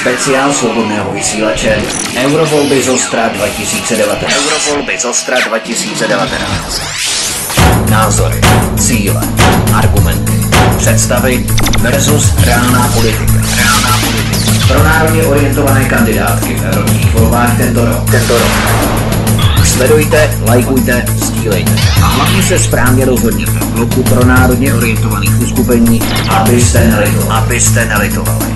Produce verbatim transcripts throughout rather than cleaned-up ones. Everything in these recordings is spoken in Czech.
Speciál svobodného vysílače Eurovolby z Ostra dva tisíce devatenáct. Eurovolby z Ostra dva tisíce devatenáct. Názory, cíle, argumenty, představy versus reálná politika. Reálná politika. Pro národně orientované kandidátky v evropských volbách tento rok. Tento rok. Sledujte, lajkujte, sdílejte. A hlavně se správně rozhodněte v bloku pro národně orientovaných uskupení, abyste nelitovali. Abyste nelitovali.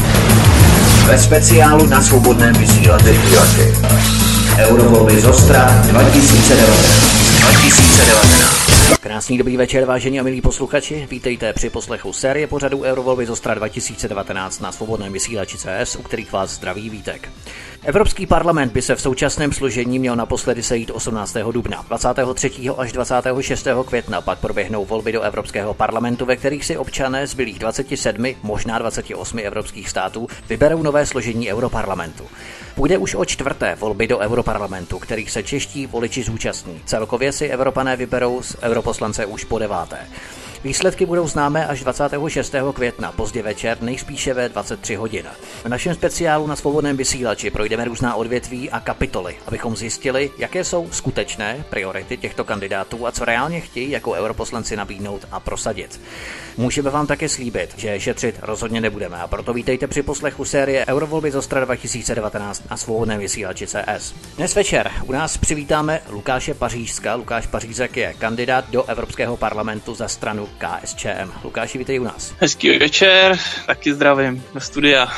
Ve speciálu na svobodném vysílači Eurovolby z Ostra dva tisíce devatenáct. dva tisíce devatenáct. Krásný dobrý večer, vážení a milí posluchači. Vítejte při poslechu série pořadu Eurovolby z Ostra dva tisíce devatenáct na svobodném vysílači C S, u kterých vás zdraví Vítek. Evropský parlament by se v současném složení měl naposledy sejít osmnáctého dubna. dvacátého třetího až dvacátého šestého května pak proběhnou volby do Evropského parlamentu, ve kterých si občané zbylých dvaceti sedmi, možná dvaceti osmi evropských států vyberou nové složení Europarlamentu. Půjde už o čtvrté volby do Europarlamentu, kterých se čeští voliči zúčastní. Celkově si Evropané vyberou z europoslance už po deváté. Výsledky budou známé až dvacátého šestého května, pozdě večer, nejspíše ve dvacet tři hodin. V našem speciálu na svobodném vysílači projdeme různá odvětví a kapitoly, abychom zjistili, jaké jsou skutečné priority těchto kandidátů a co reálně chtějí jako europoslanci nabídnout a prosadit. Můžeme vám také slíbit, že šetřit rozhodně nebudeme, a proto vítejte při poslechu série Eurovolby z Ostra dva tisíce devatenáct na svobodném vysílači C S. Dnes večer u nás přivítáme Lukáše Pařízka. Lukáš Pařízek je kandidát do Evropského parlamentu za stranu K S Č M. Lukáši, vítej u nás. Hezký večer, taky zdravím do studia.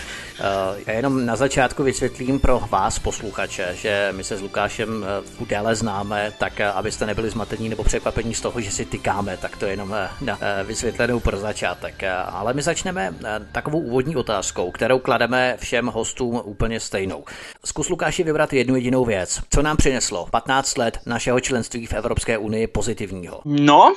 Já jenom na začátku vysvětlím pro vás, posluchače, že my se s Lukášem déle známe, tak abyste nebyli zmatení nebo překvapení z toho, že si tykáme, tak to je jenom na vysvětlenou pro začátek. Ale my začneme takovou úvodní otázkou, kterou klademe všem hostům úplně stejnou. Zkus, Lukáši, vybrat jednu jedinou věc. Co nám přineslo patnáct let našeho členství v Evropské unii pozitivního? No,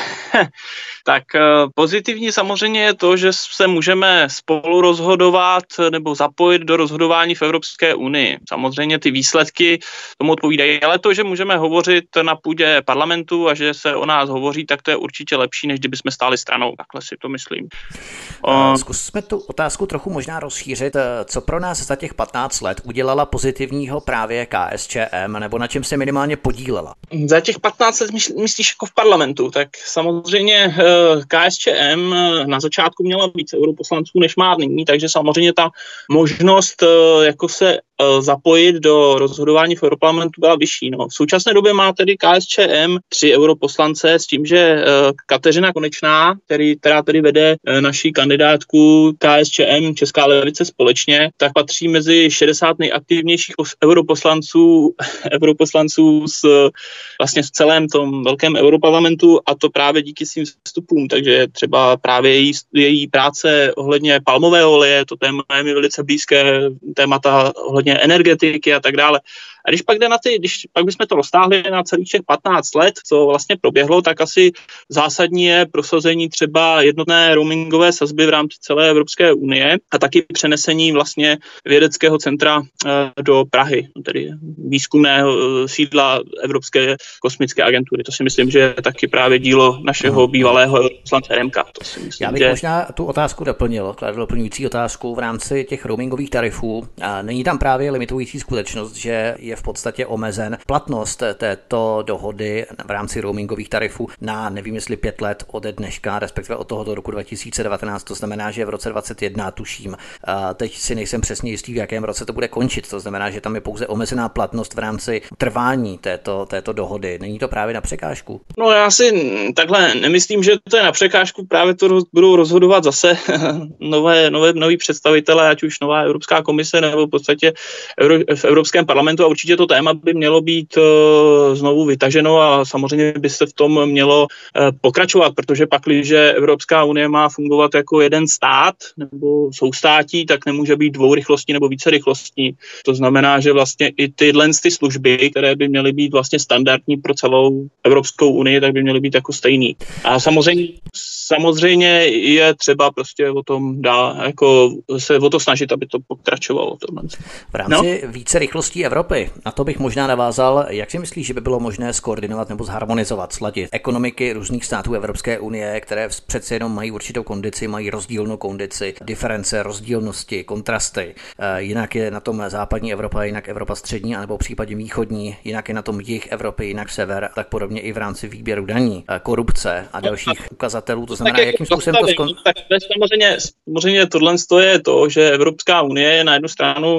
tak pozitivní samozřejmě je to, že se můžeme spolu rozhodovat nebo zapojit do rozhodování v Evropské unii. Samozřejmě ty výsledky tomu odpovídají, ale to, že můžeme hovořit na půdě parlamentu a že se o nás hovoří, tak to je určitě lepší, než kdyby jsme stáli stranou. Takhle si to myslím. O... Zkusme tu otázku trochu možná rozšířit. Co pro nás za těch patnáct let udělala pozitivního právě K S Č M, nebo na čem se minimálně podílela? Za těch patnáct let myslíš jako v parlamentu, tak samozřejmě K S Č M na začátku měla více europoslanců, než má nyní, takže samozřejmě ta možnost jako se zapojit do rozhodování v Europarlamentu byla vyšší. No. V současné době má tedy K S Č M tři europoslance s tím, že Kateřina Konečná, který, která tedy vede naší kandidátku K S Č M Česká levice společně, tak patří mezi šedesát nejaktivnějších europoslanců, europoslanců s, vlastně v celém tom velkém Europarlamentu, a to právě díky svým vstupům. Takže třeba právě její, její práce ohledně palmového oleje, to téma je mi velice blízké, témata ohledně energetiky a tak dále. A když pak jde na ty, když pak bychom to roztáhli na celých těch patnáct let, co vlastně proběhlo, tak asi zásadní je prosazení třeba jednotné roamingové sazby v rámci celé Evropské unie a taky přenesení vlastně vědeckého centra do Prahy, tedy výzkumného sídla Evropské kosmické agentury. To si myslím, že je taky právě dílo našeho bývalého poslance Remka. To si myslím, Já bych že... možná tu otázku doplnil, kladl doplňující otázku v rámci těch roamingových tarifů. A není tam právě limitující skutečnost, že je v podstatě omezen platnost této dohody v rámci roamingových tarifů na, nevím jestli pět let ode dneška, respektive od tohoto roku dva tisíce devatenáct, to znamená, že v roce dvacet jedna tuším. A teď si nejsem přesně jistý, v jakém roce to bude končit, to znamená, že tam je pouze omezená platnost v rámci trvání této, této dohody. Není to právě na překážku? No já si takhle nemyslím, že to je na překážku, právě to roz, budou rozhodovat zase nové, nové, noví představitelé, ať už nová Evropská komise nebo v podstatě Euro, v Evropském parlamentu, a určitě to téma by mělo být uh, znovu vytaženo a samozřejmě by se v tom mělo uh, pokračovat, protože pakliže Evropská unie má fungovat jako jeden stát nebo soustátí, tak nemůže být dvourychlostní nebo vícerychlostní. To znamená, že vlastně i tyhle ty služby, které by měly být vlastně standardní pro celou Evropskou unii, tak by měly být jako stejný. A samozřejmě, samozřejmě je třeba prostě o tom dá, jako se o to snažit, aby to pokračovalo. V rámci no? více rychlostí Evropy Tomi, na to bych možná navázal. Jak si myslíš, že by bylo možné skoordinovat nebo zharmonizovat, sladit ekonomiky různých států Evropské unie, které přece jenom mají určitou kondici, mají rozdílnou kondici, diference, rozdílnosti, kontrasty. Jinak je na tom západní Evropa, jinak Evropa střední, anebo v případě východní, jinak je na tom jih Evropy, jinak sever, tak podobně i v rámci výběru daní, korupce a dalších ukazatelů. To znamená, jakým způsobem to skon... Tak samozřejmě, samozřejmě tohle je to, že Evropská unie je na jednu stranu,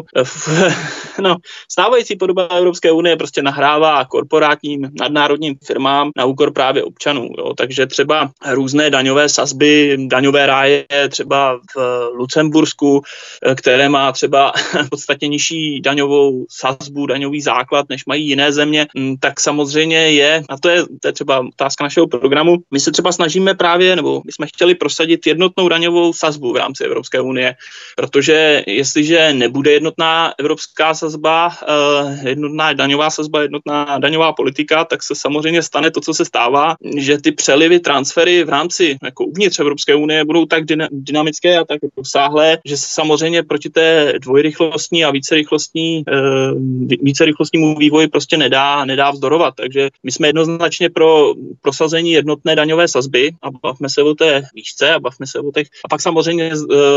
no, stávající podoba Evropské unie prostě nahrává korporátním nadnárodním firmám na úkor právě občanů. Jo. Takže třeba různé daňové sazby, daňové ráje třeba v Lucembursku, které má třeba v podstatě nižší daňovou sazbu, daňový základ, než mají jiné země, tak samozřejmě je, a to je, to je třeba otázka našeho programu, my se třeba snažíme právě, nebo my jsme chtěli prosadit jednotnou daňovou sazbu v rámci Evropské unie, protože jestliže nebude jednotná evropská sazba, jednotná daňová sazba, jednotná daňová politika, tak se samozřejmě stane to, co se stává, že ty přelivy, transfery v rámci jako uvnitř Evropské unie budou tak dynamické a tak rozsáhlé, že se samozřejmě proti té dvojrychlostní a vícerychlostní, vícerychlostnímu vývoji prostě nedá, nedá vzdorovat. Takže my jsme jednoznačně pro prosazení jednotné daňové sazby a bavme se o té výšce a bavme se o těch. A pak samozřejmě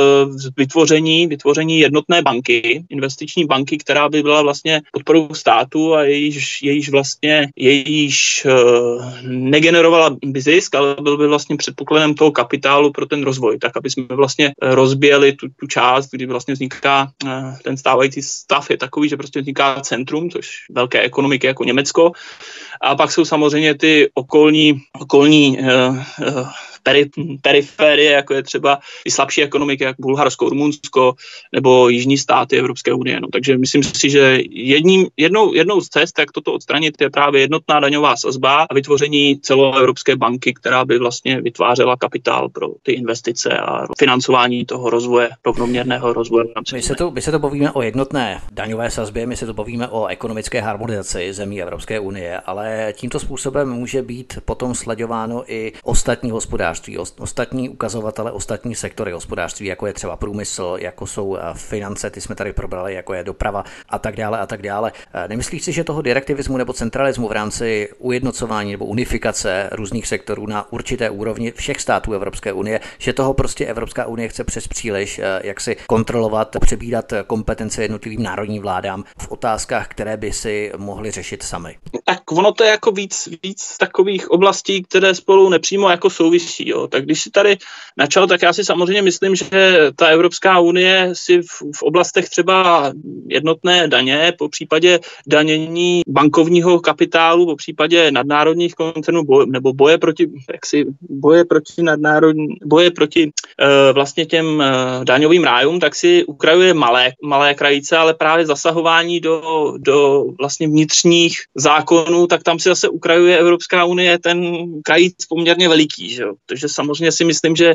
vytvoření, vytvoření jednotné banky, investiční banky, která by byla vlastně podporou státu a jejíž, jejíž vlastně jejíž uh, negenerovala by zisk, ale byl by vlastně předpokladem toho kapitálu pro ten rozvoj, tak aby jsme vlastně rozběhli tu, tu část, kdy vlastně vzniká uh, ten stávající stav je takový, že prostě vzniká centrum, což velké ekonomiky jako Německo, a pak jsou samozřejmě ty okolní, okolní uh, uh, Peri, periférie, jako je třeba i slabší ekonomiky, jako Bulharsko, Rumunsko nebo jižní státy Evropské unie. No, takže myslím si, že jedním, jednou, jednou z cest, jak toto odstranit, je právě jednotná daňová sazba a vytvoření celoevropské banky, která by vlastně vytvářela kapitál pro ty investice a financování toho rozvoje, rovnoměrného rozvoje. My se, to, my se to bavíme o jednotné daňové sazbě, my se to bavíme o ekonomické harmonizaci zemí Evropské unie, ale tímto způsobem může být potom slaďováno i ostatní hospodářství. Ostatní ukazovatele, ostatní sektory hospodářství, jako je třeba průmysl, jako jsou finance, ty jsme tady probrali, jako je doprava a tak dále a tak dále. Nemyslíš si, že toho direktivismu nebo centralismu v rámci ujednocování nebo unifikace různých sektorů na určité úrovni všech států Evropské unie, že toho prostě Evropská unie chce přes příliš jak si kontrolovat, přebírat kompetence jednotlivým národním vládám v otázkách, které by si mohly řešit sami? Tak ono to je jako víc, víc takových oblastí, které spolu nepřímo jako souvisí. Jo. Tak když si tady načal, tak já si samozřejmě myslím, že ta Evropská unie si v, v oblastech třeba jednotné daně, po případě danění bankovního kapitálu, po případě nadnárodních koncernů boje, nebo boje proti, jaksi, boje proti nadnárodní, boje proti uh, vlastně těm uh, daňovým rájům, tak si ukrajuje malé, malé krajice, ale právě zasahování do, do vlastně vnitřních zákonů, tak tam si zase ukrajuje Evropská unie ten krajíc poměrně veliký, že jo. Takže samozřejmě si myslím, že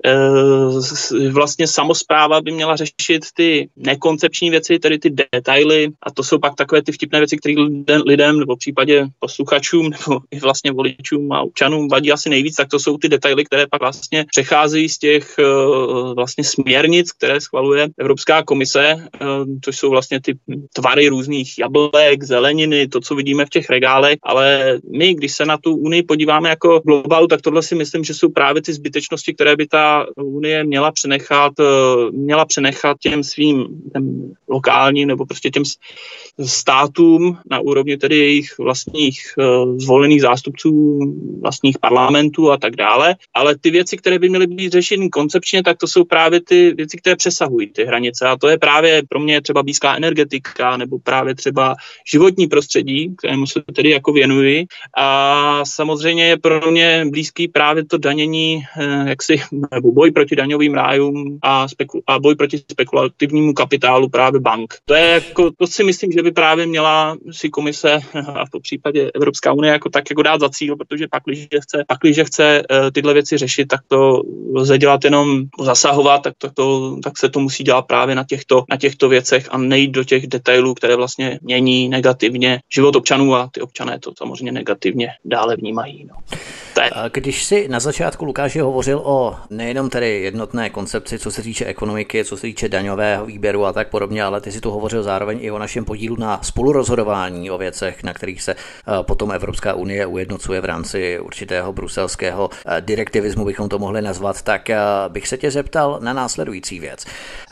e, vlastně samospráva by měla řešit ty nekoncepční věci, tedy ty detaily, a to jsou pak takové ty vtipné věci, které lidem nebo v případě posluchačům nebo i vlastně voličům a občanům vadí asi nejvíc, tak to jsou ty detaily, které pak vlastně přecházejí z těch e, vlastně směrnic, které schvaluje Evropská komise, e, což jsou vlastně ty tvary různých jablek, zeleniny, to, co vidíme v těch regálech, ale my, když se na tu unii podíváme jako globálu, tak tohle si myslím, že jsou právě ty zbytečnosti, které by ta unie měla přenechat, měla přenechat těm svým těm lokálním nebo prostě těm státům na úrovni tedy jejich vlastních zvolených zástupců, vlastních parlamentů a tak dále. Ale ty věci, které by měly být řešeny koncepčně, tak to jsou právě ty věci, které přesahují ty hranice. A to je právě pro mě třeba blízká energetika nebo právě třeba životní prostředí, kterému se tedy jako věnuji. A samozřejmě je pro mě blízký právě to danění, jaksi, nebo boj proti daňovým rájům a, speku, a boj proti spekulativnímu kapitálu právě bank. To je jako, to si myslím, že by právě měla si komise a v tom případě Evropská unie jako tak jako dát za cíl, protože pak, když chce, pak, když chce tyhle věci řešit, tak to lze dělat jenom zasahovat, tak, to, to, tak se to musí dělat právě na těchto, na těchto věcech a nejít do těch detailů, které vlastně mění negativně život občanů a ty občané to samozřejmě negativně dále vnímají. No. Tak. Když si na začátku, Lukáši, hovořil o nejenom tedy jednotné koncepci, co se týče ekonomiky, co se týče daňového výběru a tak podobně, ale ty si tu hovořil zároveň i o našem podílu na spolurozhodování o věcech, na kterých se potom Evropská unie ujednocuje v rámci určitého bruselského direktivismu, bychom to mohli nazvat, tak bych se tě zeptal na následující věc.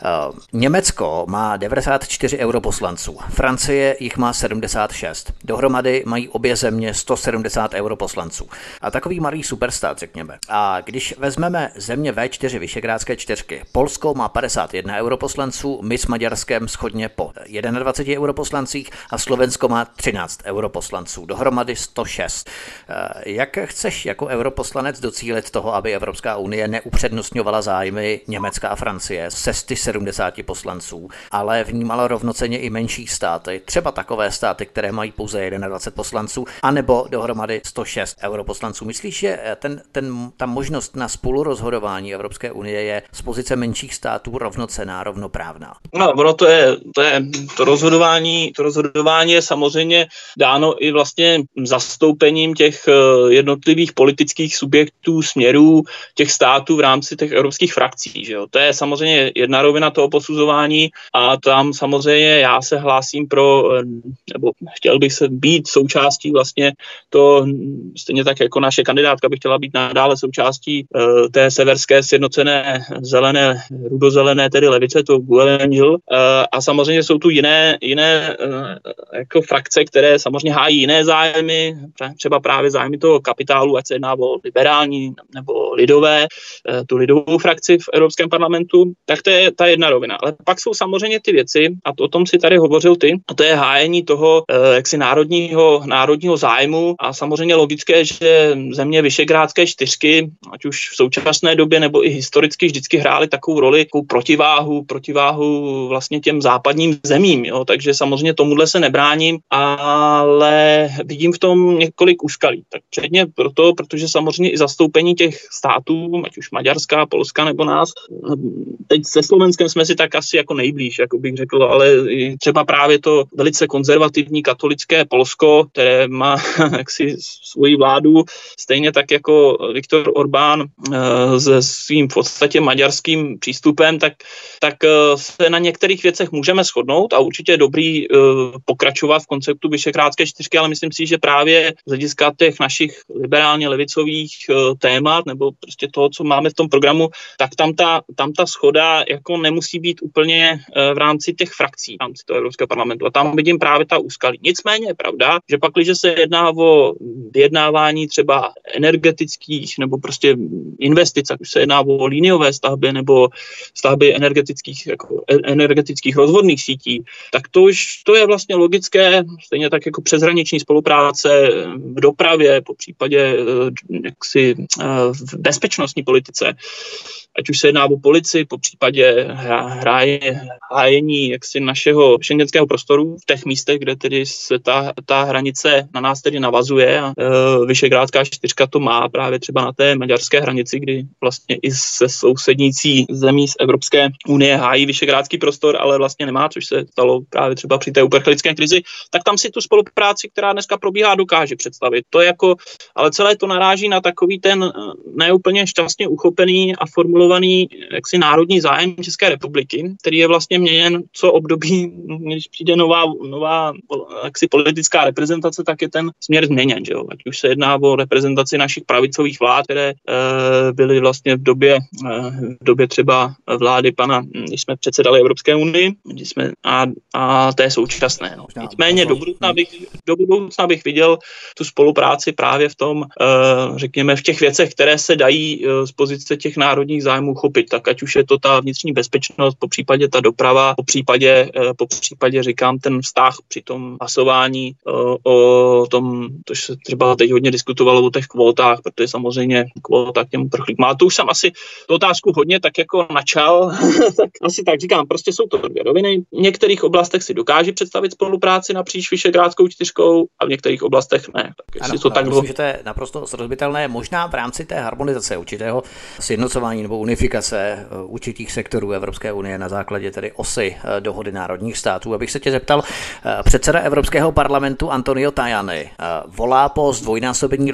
Německo má devadesát čtyři europoslanců, Francie jich má sedmdesát šest. Dohromady mají obě země sto sedmdesát europoslanců. A takový malý superstát, řekněme. A když vezmeme země vé čtyři, Visegrádské čtyřky, Polsko má padesát jedna europoslanců, my s Maďarskem shodně po dvaceti jedna europoslancích a Slovensko má třináct europoslanců, dohromady sto šest. Jak chceš jako europoslanec docílit toho, aby Evropská unie neupřednostňovala zájmy Německa a Francie se sto sedmdesáti poslanců, ale vnímala rovnocenně i menší státy, třeba takové státy, které mají pouze dvacet jedna poslanců, anebo dohromady sto šest europoslanců. Myslíš, že ten, ten, ta možnost na spolurozhodování Evropské unie je z pozice menších států rovnocenná, rovnoprávná? No, ono to je, to je to rozhodování, to rozhodování je samozřejmě dáno i vlastně zastoupením těch jednotlivých politických subjektů, směrů těch států v rámci těch evropských frakcí, že jo. To je samozřejmě jedna rovina toho posuzování a tam samozřejmě já se hlásím pro, nebo chtěl bych se být součástí vlastně to, stejně tak jako naše kandidátka by chtěla být nadále součástí uh, té severské sjednocené zelené, rudozelené, tedy levice, to Gue Angel. Uh, a samozřejmě jsou tu jiné, jiné uh, jako frakce, které samozřejmě hájí jiné zájmy, třeba právě zájmy toho kapitálu, ať se jedná o liberální nebo lidové, uh, tu lidovou frakci v Evropském parlamentu, tak to je ta jedna rovina. Ale pak jsou samozřejmě ty věci, a to, o tom si tady hovořil ty, a to je hájení toho uh, jaksi národního, národního zájmu a samozřejmě logické, že země Visegrádské čtyřky, ať už v současné době nebo i historicky vždycky hrály takovou roli, takovou protiváhu, protiváhu vlastně těm západním zemím, jo? Takže samozřejmě tomuhle se nebráním, ale vidím v tom několik úskalí. Tak předně proto, protože samozřejmě i zastoupení těch států, ať už Maďarska, Polska nebo nás, teď se Slovenskem jsme si tak asi jako nejblíž, jako bych řekl, ale třeba právě to velice konzervativní katolické Polsko, které má jaksi svoji vládu, stejně tak jako Viktor Orbán se svým v podstatě maďarským přístupem, tak, tak se na některých věcech můžeme shodnout a určitě je dobrý pokračovat v konceptu Visegrádské čtyřky, ale myslím si, že právě z hlediska těch našich liberálně levicových témat nebo prostě toho, co máme v tom programu, tak tam ta, tam ta shoda jako nemusí být úplně v rámci těch frakcí, v rámci toho Evropského parlamentu. A tam vidím právě ta úskalí. Nicméně je pravda, že pak, když se jedná o vyjednávání třeba energetických nebo prostě investic, ať už se jedná o liniové stavby nebo stavby energetických, jako energetických rozvodných sítí, tak to už to je vlastně logické, stejně tak jako přeshraniční spolupráce v dopravě, po případě jaksi v bezpečnostní politice, ať už se jedná o policii, po případě hájení jaksi našeho schengenského prostoru v těch místech, kde tedy se ta, ta hranice na nás tedy navazuje a e, Visegrádská čtyřka to má právě třeba na té maďarské hranici, kdy vlastně i se sousednící zemí z Evropské unie hájí visegrádský prostor, ale vlastně nemá, což se stalo právě třeba při té uprchlické krizi, tak tam si tu spolupráci, která dneska probíhá, dokáže představit. To je jako, ale celé to naráží na takový ten neúplně šťastně uchopený a formulovaný jaksi národní zájem České republiky, který je vlastně měněn co období, když přijde nová, nová jaksi politická reprezentace, tak je ten směr změněn, že jo? Ať už se jedná o reprezentaci našich pravicových vlád, které e, byly vlastně v době, e, v době třeba vlády pana, když jsme předsedali Evropské unii, když jsme, a, a té současné. No. Nicméně do budoucna, bych, do budoucna bych viděl tu spolupráci právě v tom, e, řekněme, v těch věcech, které se dají e, z pozice těch národních zájmů chopit, tak ať už je to ta vnitřní bezpečnost, po případě ta doprava, po případě, e, po případě říkám, ten vztah při tom hlasování e, o tom, to se třeba teď hodně diskutovalo o těch kvótách, protože samozřejmě kvóta k těm uprchlíkům. Ale to už jsem asi tu otázku hodně tak jako načal, tak asi tak říkám, prostě jsou to dvě roviny. V některých oblastech si dokáže představit spolupráci napříč Visegrádskou čtyřkou a v některých oblastech ne. Tak ano, to tak myslím, že to je naprosto srozumitelné, možná v rámci té harmonizace určitého sjednocování nebo unifikace určitých sektorů Evropské unie na základě tedy osy dohody národních států. Abych se tě zeptal, předseda Evropského parlamentu Antonio Tajani volá po zdvojnásobení rozpočtu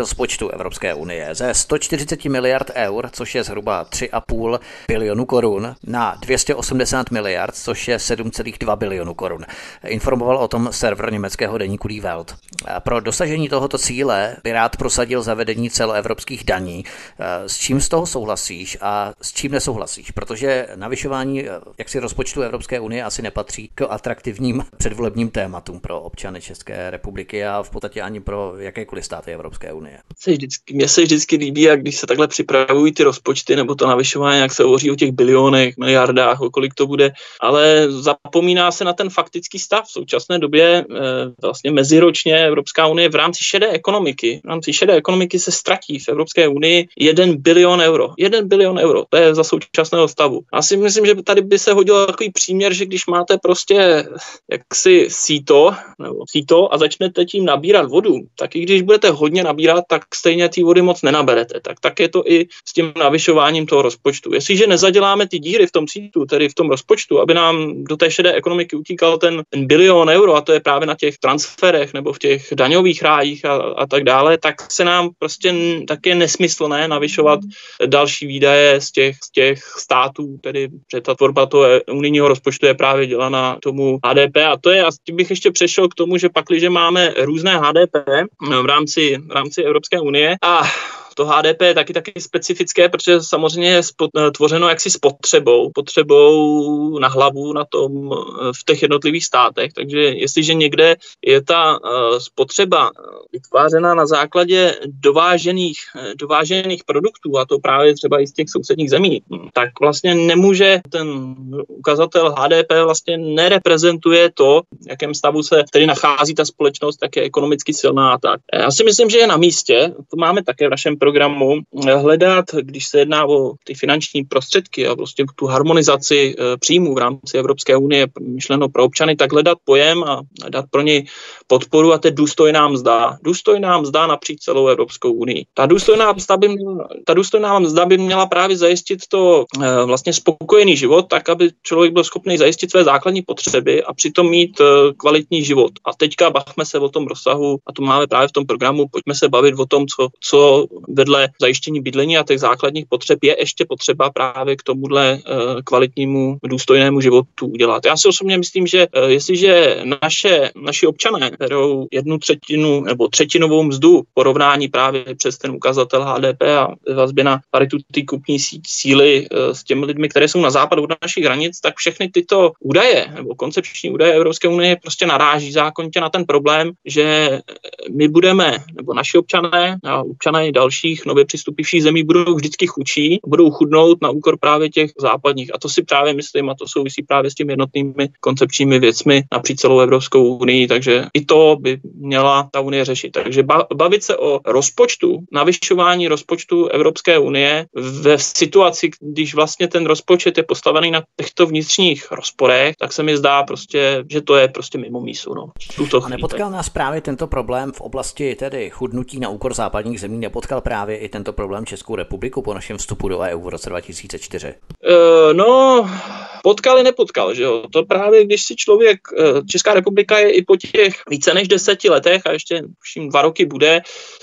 rozpočtu Evropské unie ze sto čtyřicet miliard eur, což je zhruba tři a půl bilionu korun, na dvě stě osmdesát miliard, což je sedm celá dva bilionu korun. Informoval o tom server německého deníku Die Welt. Pro dosažení tohoto cíle by rád prosadil zavedení celoevropských daní. S čím z toho souhlasíš a s čím nesouhlasíš? Protože navyšování jaksi rozpočtu Evropské unie asi nepatří k atraktivním předvolebním tématům pro občany České republiky a v podstatě ani pro jakékoliv státy Evropské unie. Mně se vždycky líbí, jak když se takhle připravují ty rozpočty nebo to navyšování, jak se hovoří o těch bilionech, miliardách, o kolik to bude, ale zapomíná se na ten faktický stav. V současné době vlastně meziročně Evropská unie v rámci šedé ekonomiky, v rámci šedé ekonomiky se ztratí v Evropské unii jeden bilion euro. Jeden bilion euro, to je za současného stavu. Já si myslím, že tady by se hodil takový příměr, že když máte prostě jaksi síto, nebo síto a začnete tím nabírat vodu, tak i když budete hodně nabírat, tak stejně té vody moc nenaberete. Tak, tak je to i s tím navyšováním toho rozpočtu. Jestliže nezaděláme ty díry v tom sítu, tedy v tom rozpočtu, aby nám do té šedé ekonomiky utíkal ten, ten bilion euro, a to je právě na těch transferech nebo v těch daňových rájích a, a tak dále, tak se nám prostě tak je nesmyslné navyšovat další výdaje z těch, z těch států, tedy že ta tvorba toho unijního rozpočtu je právě dělaná tomu H D P. A to je, a tím bych ještě přešel k tomu, že pakliže máme různé H D P v rámci, v rámci Evropské unie a to H D P je taky taky specifické, protože samozřejmě je tvořeno jaksi spotřebou, potřebou na hlavu na tom v těch jednotlivých státech. Takže jestliže někde je ta spotřeba vytvářena na základě dovážených, dovážených produktů, a to právě třeba i z těch sousedních zemí, tak vlastně nemůže ten ukazatel H D P vlastně nereprezentuje to, v jakém stavu se tedy nachází ta společnost, tak je ekonomicky silná a tak. Já si myslím, že je na místě, to máme také v našem programu, hledat, když se jedná o ty finanční prostředky a vlastně tu harmonizaci e, příjmů v rámci Evropské unie, myšleno pro občany, tak hledat pojem a dát pro něj podporu, a to je důstojná mzda. Důstojná mzda napříč celou Evropskou unii. Ta důstojná mzda by měla, ta důstojná mzda by měla právě zajistit to e, vlastně spokojený život, tak, aby člověk byl schopný zajistit své základní potřeby a přitom mít e, kvalitní život. A teďka bavme se o tom rozsahu, a to máme právě v tom programu, pojďme se bavit o tom, co, co vedle zajištění bydlení a těch základních potřeb je ještě potřeba právě k tomuhle kvalitnímu, důstojnému životu udělat. Já si osobně myslím, že jestliže naše, naši občané berou jednu třetinu nebo třetinovou mzdu porovnání právě přes ten ukazatel H D P a vazbě na paritu té kupní síly s těmi lidmi, které jsou na západ od našich hranic, tak všechny tyto údaje nebo koncepční údaje Evropské unie prostě naráží zákonitě na ten problém, že my budeme, nebo naši občané a občané dalších nově přistupivších zemí budou vždycky chudší, budou chudnout na úkor právě těch západních. A to si právě myslím, a to souvisí právě s těmi jednotnými koncepčními věcmi napříč celou Evropskou unii, takže i to by měla ta unie řešit. Takže bavit se o rozpočtu, navyšování rozpočtu Evropské unie ve situaci, když vlastně ten rozpočet je postavený na těchto vnitřních rozporech, tak se mi zdá prostě, že to je prostě mimo mísu. No. A nepotkal nás právě tento problém v oblasti tedy chudnutí na úkor západních zemí, nepotkal právě i tento problém Českou republiku po našem vstupu do E U v roce dva tisíce čtyři? Uh, no, potkal i nepotkal, že jo. To právě, když si člověk, Česká republika je i po těch více než deseti letech a ještě vším dva roky bude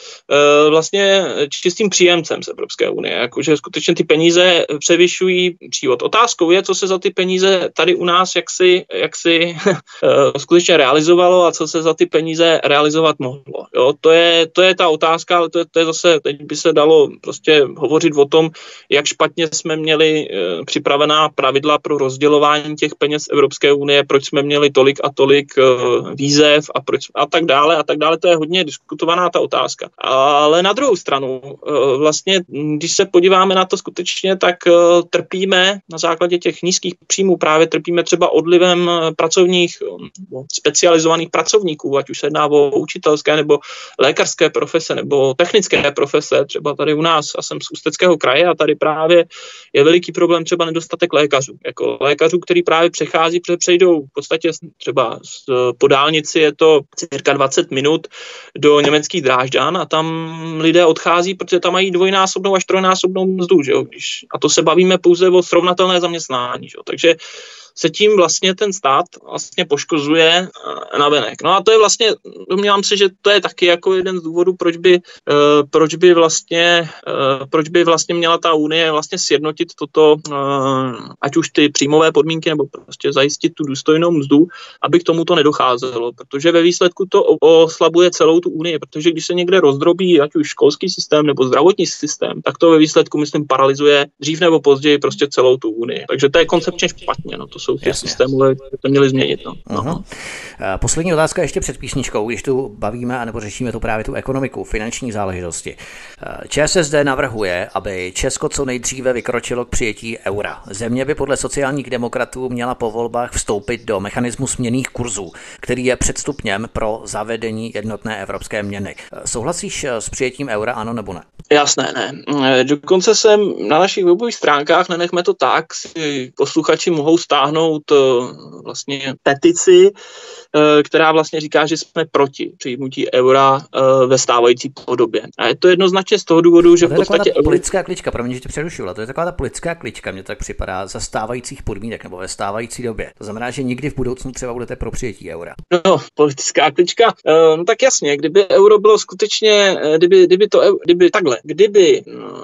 uh, vlastně čistým příjemcem z Evropské unie. Jakože skutečně ty peníze převyšují přívod. Otázkou je, co se za ty peníze tady u nás jaksi, jaksi uh, skutečně realizovalo a co se za ty peníze realizovat mohlo. Jo, to je, to je ta otázka, ale to je, to je zase, teď by se dalo prostě hovořit o tom, jak špatně jsme měli e, připravená pravidla pro rozdělování těch peněz Evropské unie, proč jsme měli tolik a tolik e, výzev a proč a tak dále a tak dále. To je hodně diskutovaná ta otázka. Ale na druhou stranu, e, vlastně, když se podíváme na to skutečně, tak e, trpíme na základě těch nízkých příjmů, právě trpíme třeba odlivem pracovních, specializovaných pracovníků, ať už se jedná o učitelské nebo lékařské profese nebo technické profese, třeba tady u nás, a jsem z Ústeckého kraje a tady právě je veliký problém třeba nedostatek lékařů. Jako lékařů, který právě přechází, protože přejdou v podstatě třeba z, po dálnici je to cirka dvacet minut do německých Drážďan a tam lidé odchází, protože tam mají dvojnásobnou až trojnásobnou mzdu, že jo? Když, a to se bavíme pouze o srovnatelné zaměstnání. Že jo? Takže se tím vlastně ten stát vlastně poškozuje navenek. No a to je vlastně, domnívám se, že to je taky jako jeden z důvodů, proč by, proč by vlastně, proč by vlastně měla ta Unie vlastně sjednotit toto, ať už ty příjmové podmínky, nebo prostě zajistit tu důstojnou mzdu, aby k tomu to nedocházelo, protože ve výsledku to oslabuje celou tu Unii, protože když se někde rozdrobí ať už školský systém nebo zdravotní systém, tak to ve výsledku, myslím, paralyzuje dřív nebo později prostě celou tu Unii. Takže to je koncepčně špatně, no to jsou ty systémové, které to měly změnit. No. Uh-huh. Poslední otázka ještě před písničkou, když tu bavíme anebo řešíme tu právě tu ekonomiku, finanční záležitosti. ČSSD navrhuje, aby Česko co nejdříve vykročilo k přijetí eura. Země by podle sociálních demokratů měla po volbách vstoupit do mechanismu směnných kurzů, který je předstupněm pro zavedení jednotné evropské měny. Souhlasíš s přijetím eura, ano nebo ne? Jasné, ne. Dokonce jsem na našich webových stránkách, nenechme to tak, si posluchači mohou stáhnout vlastně petici, která vlastně říká, že jsme proti přijmutí eura ve stávající podobě. A je to jednoznačně z toho důvodu, že v podstatě... To je politická klička, promiň, že tě přerušila, to je taková ta politická klička, mně tak připadá, za stávajících podmínek nebo ve stávající době. To znamená, že nikdy v budoucnu třeba budete pro přijetí eura. No, politická klička, no tak jasně, kdyby euro bylo skutečně, kdyby, kdyby to, kdyby takhle, kdyby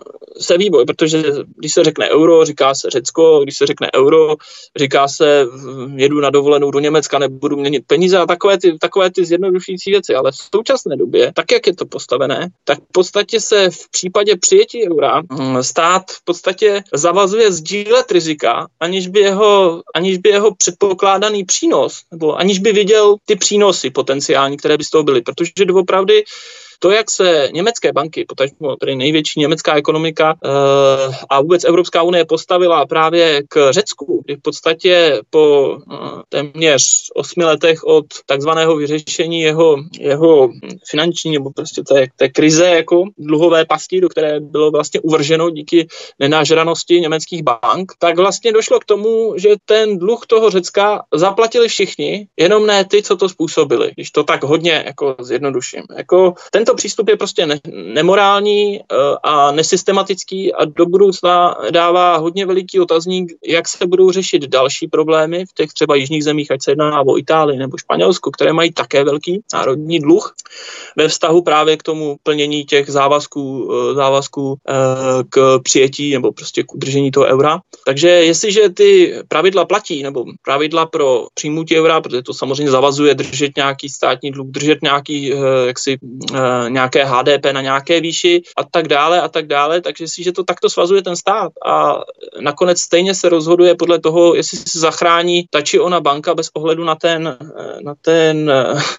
se výboj, protože když se řekne euro, říká se Řecko, když se řekne euro, říká se jedu na dovolenou do Německa, nebudu měnit peníze a takové ty, takové ty zjednodušující věci, ale v současné době, tak jak je to postavené, tak v podstatě se v případě přijetí eura stát v podstatě zavazuje sdílet rizika, aniž by jeho, aniž by jeho předpokládaný přínos, nebo aniž by viděl ty přínosy potenciální, které by z toho byly, protože doopravdy to, jak se německé banky, potažmo tedy největší německá ekonomika e, a vůbec Evropská unie postavila právě k Řecku, kdy v podstatě po e, téměř osmi letech od takzvaného vyřešení jeho, jeho finanční nebo prostě té, té krize jako dluhové pasti, do které bylo vlastně uvrženo díky nenážranosti německých bank, tak vlastně došlo k tomu, že ten dluh toho Řecka zaplatili všichni, jenom ne ty, co to způsobili, když to tak hodně jako zjednoduším. Jako tento přístup je prostě ne- nemorální a nesystematický a do budoucna dává hodně veliký otazník, jak se budou řešit další problémy v těch třeba jižních zemích, ať se jedná o Itálii nebo Španělsko, které mají také velký národní dluh ve vztahu právě k tomu plnění těch závazků, závazků k přijetí nebo prostě k udržení toho eura. Takže jestliže ty pravidla platí, nebo pravidla pro přijmutí eura, protože to samozřejmě zavazuje držet nějaký státní dluh, držet nějaký jaksi nějaké H D P na nějaké výši a tak dále a tak dále, takže si, že to takto svazuje ten stát a nakonec stejně se rozhoduje podle toho, jestli se zachrání ta či ona banka bez ohledu na ten, na ten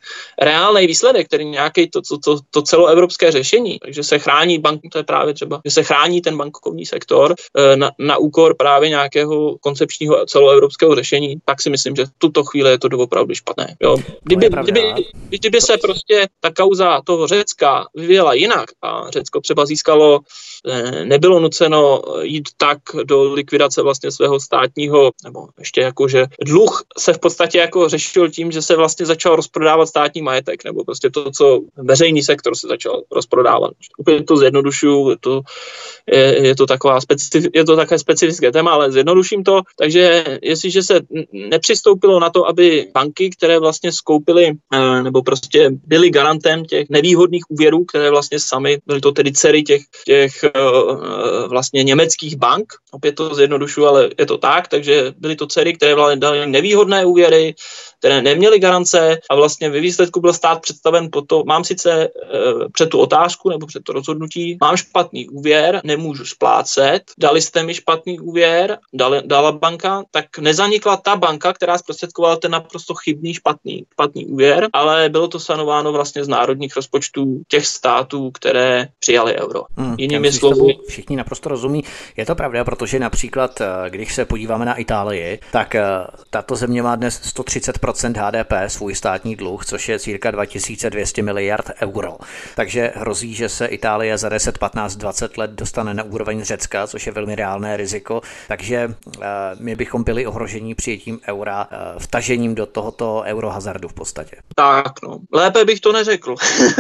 reálný výsledek, který nějaký to, to, to, to celoevropské řešení, takže se chrání bank, to je právě třeba, že se chrání ten bankovní sektor na, na úkor právě nějakého koncepčního celoevropského řešení, tak si myslím, že v tuto chvíli je to doopravdy špatné. Jo. Kdyby, kdyby, kdyby se prostě ta kauza toho Řecka vyvíjela jinak a Řecko třeba získalo, nebylo nuceno jít tak do likvidace vlastně svého státního, nebo ještě jako, že dluh se v podstatě jako řešil tím, že se vlastně začal rozprodávat státní majetek, nebo prostě to, co veřejný sektor se začal rozprodávat. Úplně to zjednodušuju, je to, je, je to taková specif, je to také specifické téma, ale zjednoduším to, takže jestliže se nepřistoupilo na to, aby banky, které vlastně skoupily, nebo prostě byly garantem těch nevýhodných úvěrů, které vlastně sami, byly to tedy dcery těch, těch vlastně německých bank, opět to zjednodušuju, ale je to tak, takže byly to dcery, které vlastně dali nevýhodné úvěry, které neměly garance a vlastně ve výsledku byl stát představen po to, mám sice e, před tu otázku nebo před to rozhodnutí, mám špatný úvěr, nemůžu splácet, dali jste mi špatný úvěr, dali, dala banka, tak nezanikla ta banka, která zprostředkovala ten naprosto chybný špatný, špatný úvěr, ale bylo to sanováno vlastně z národních rozpočtů těch států, které přijali euro. Hmm, Jinými slovy, všichni naprosto rozumí. Je to pravda, protože například, když se podíváme na Itálii, tak tato země země má dnes sto třicet procent H D P, svůj státní dluh, což je cirka dva tisíce dvě stě miliard euro. Takže hrozí, že se Itálie za deset, patnáct, dvacet let dostane na úroveň Řecka, což je velmi reálné riziko. Takže uh, my bychom byli ohrožení přijetím eura, uh, vtažením do tohoto eurohazardu v podstatě. Tak no, lépe bych to neřekl.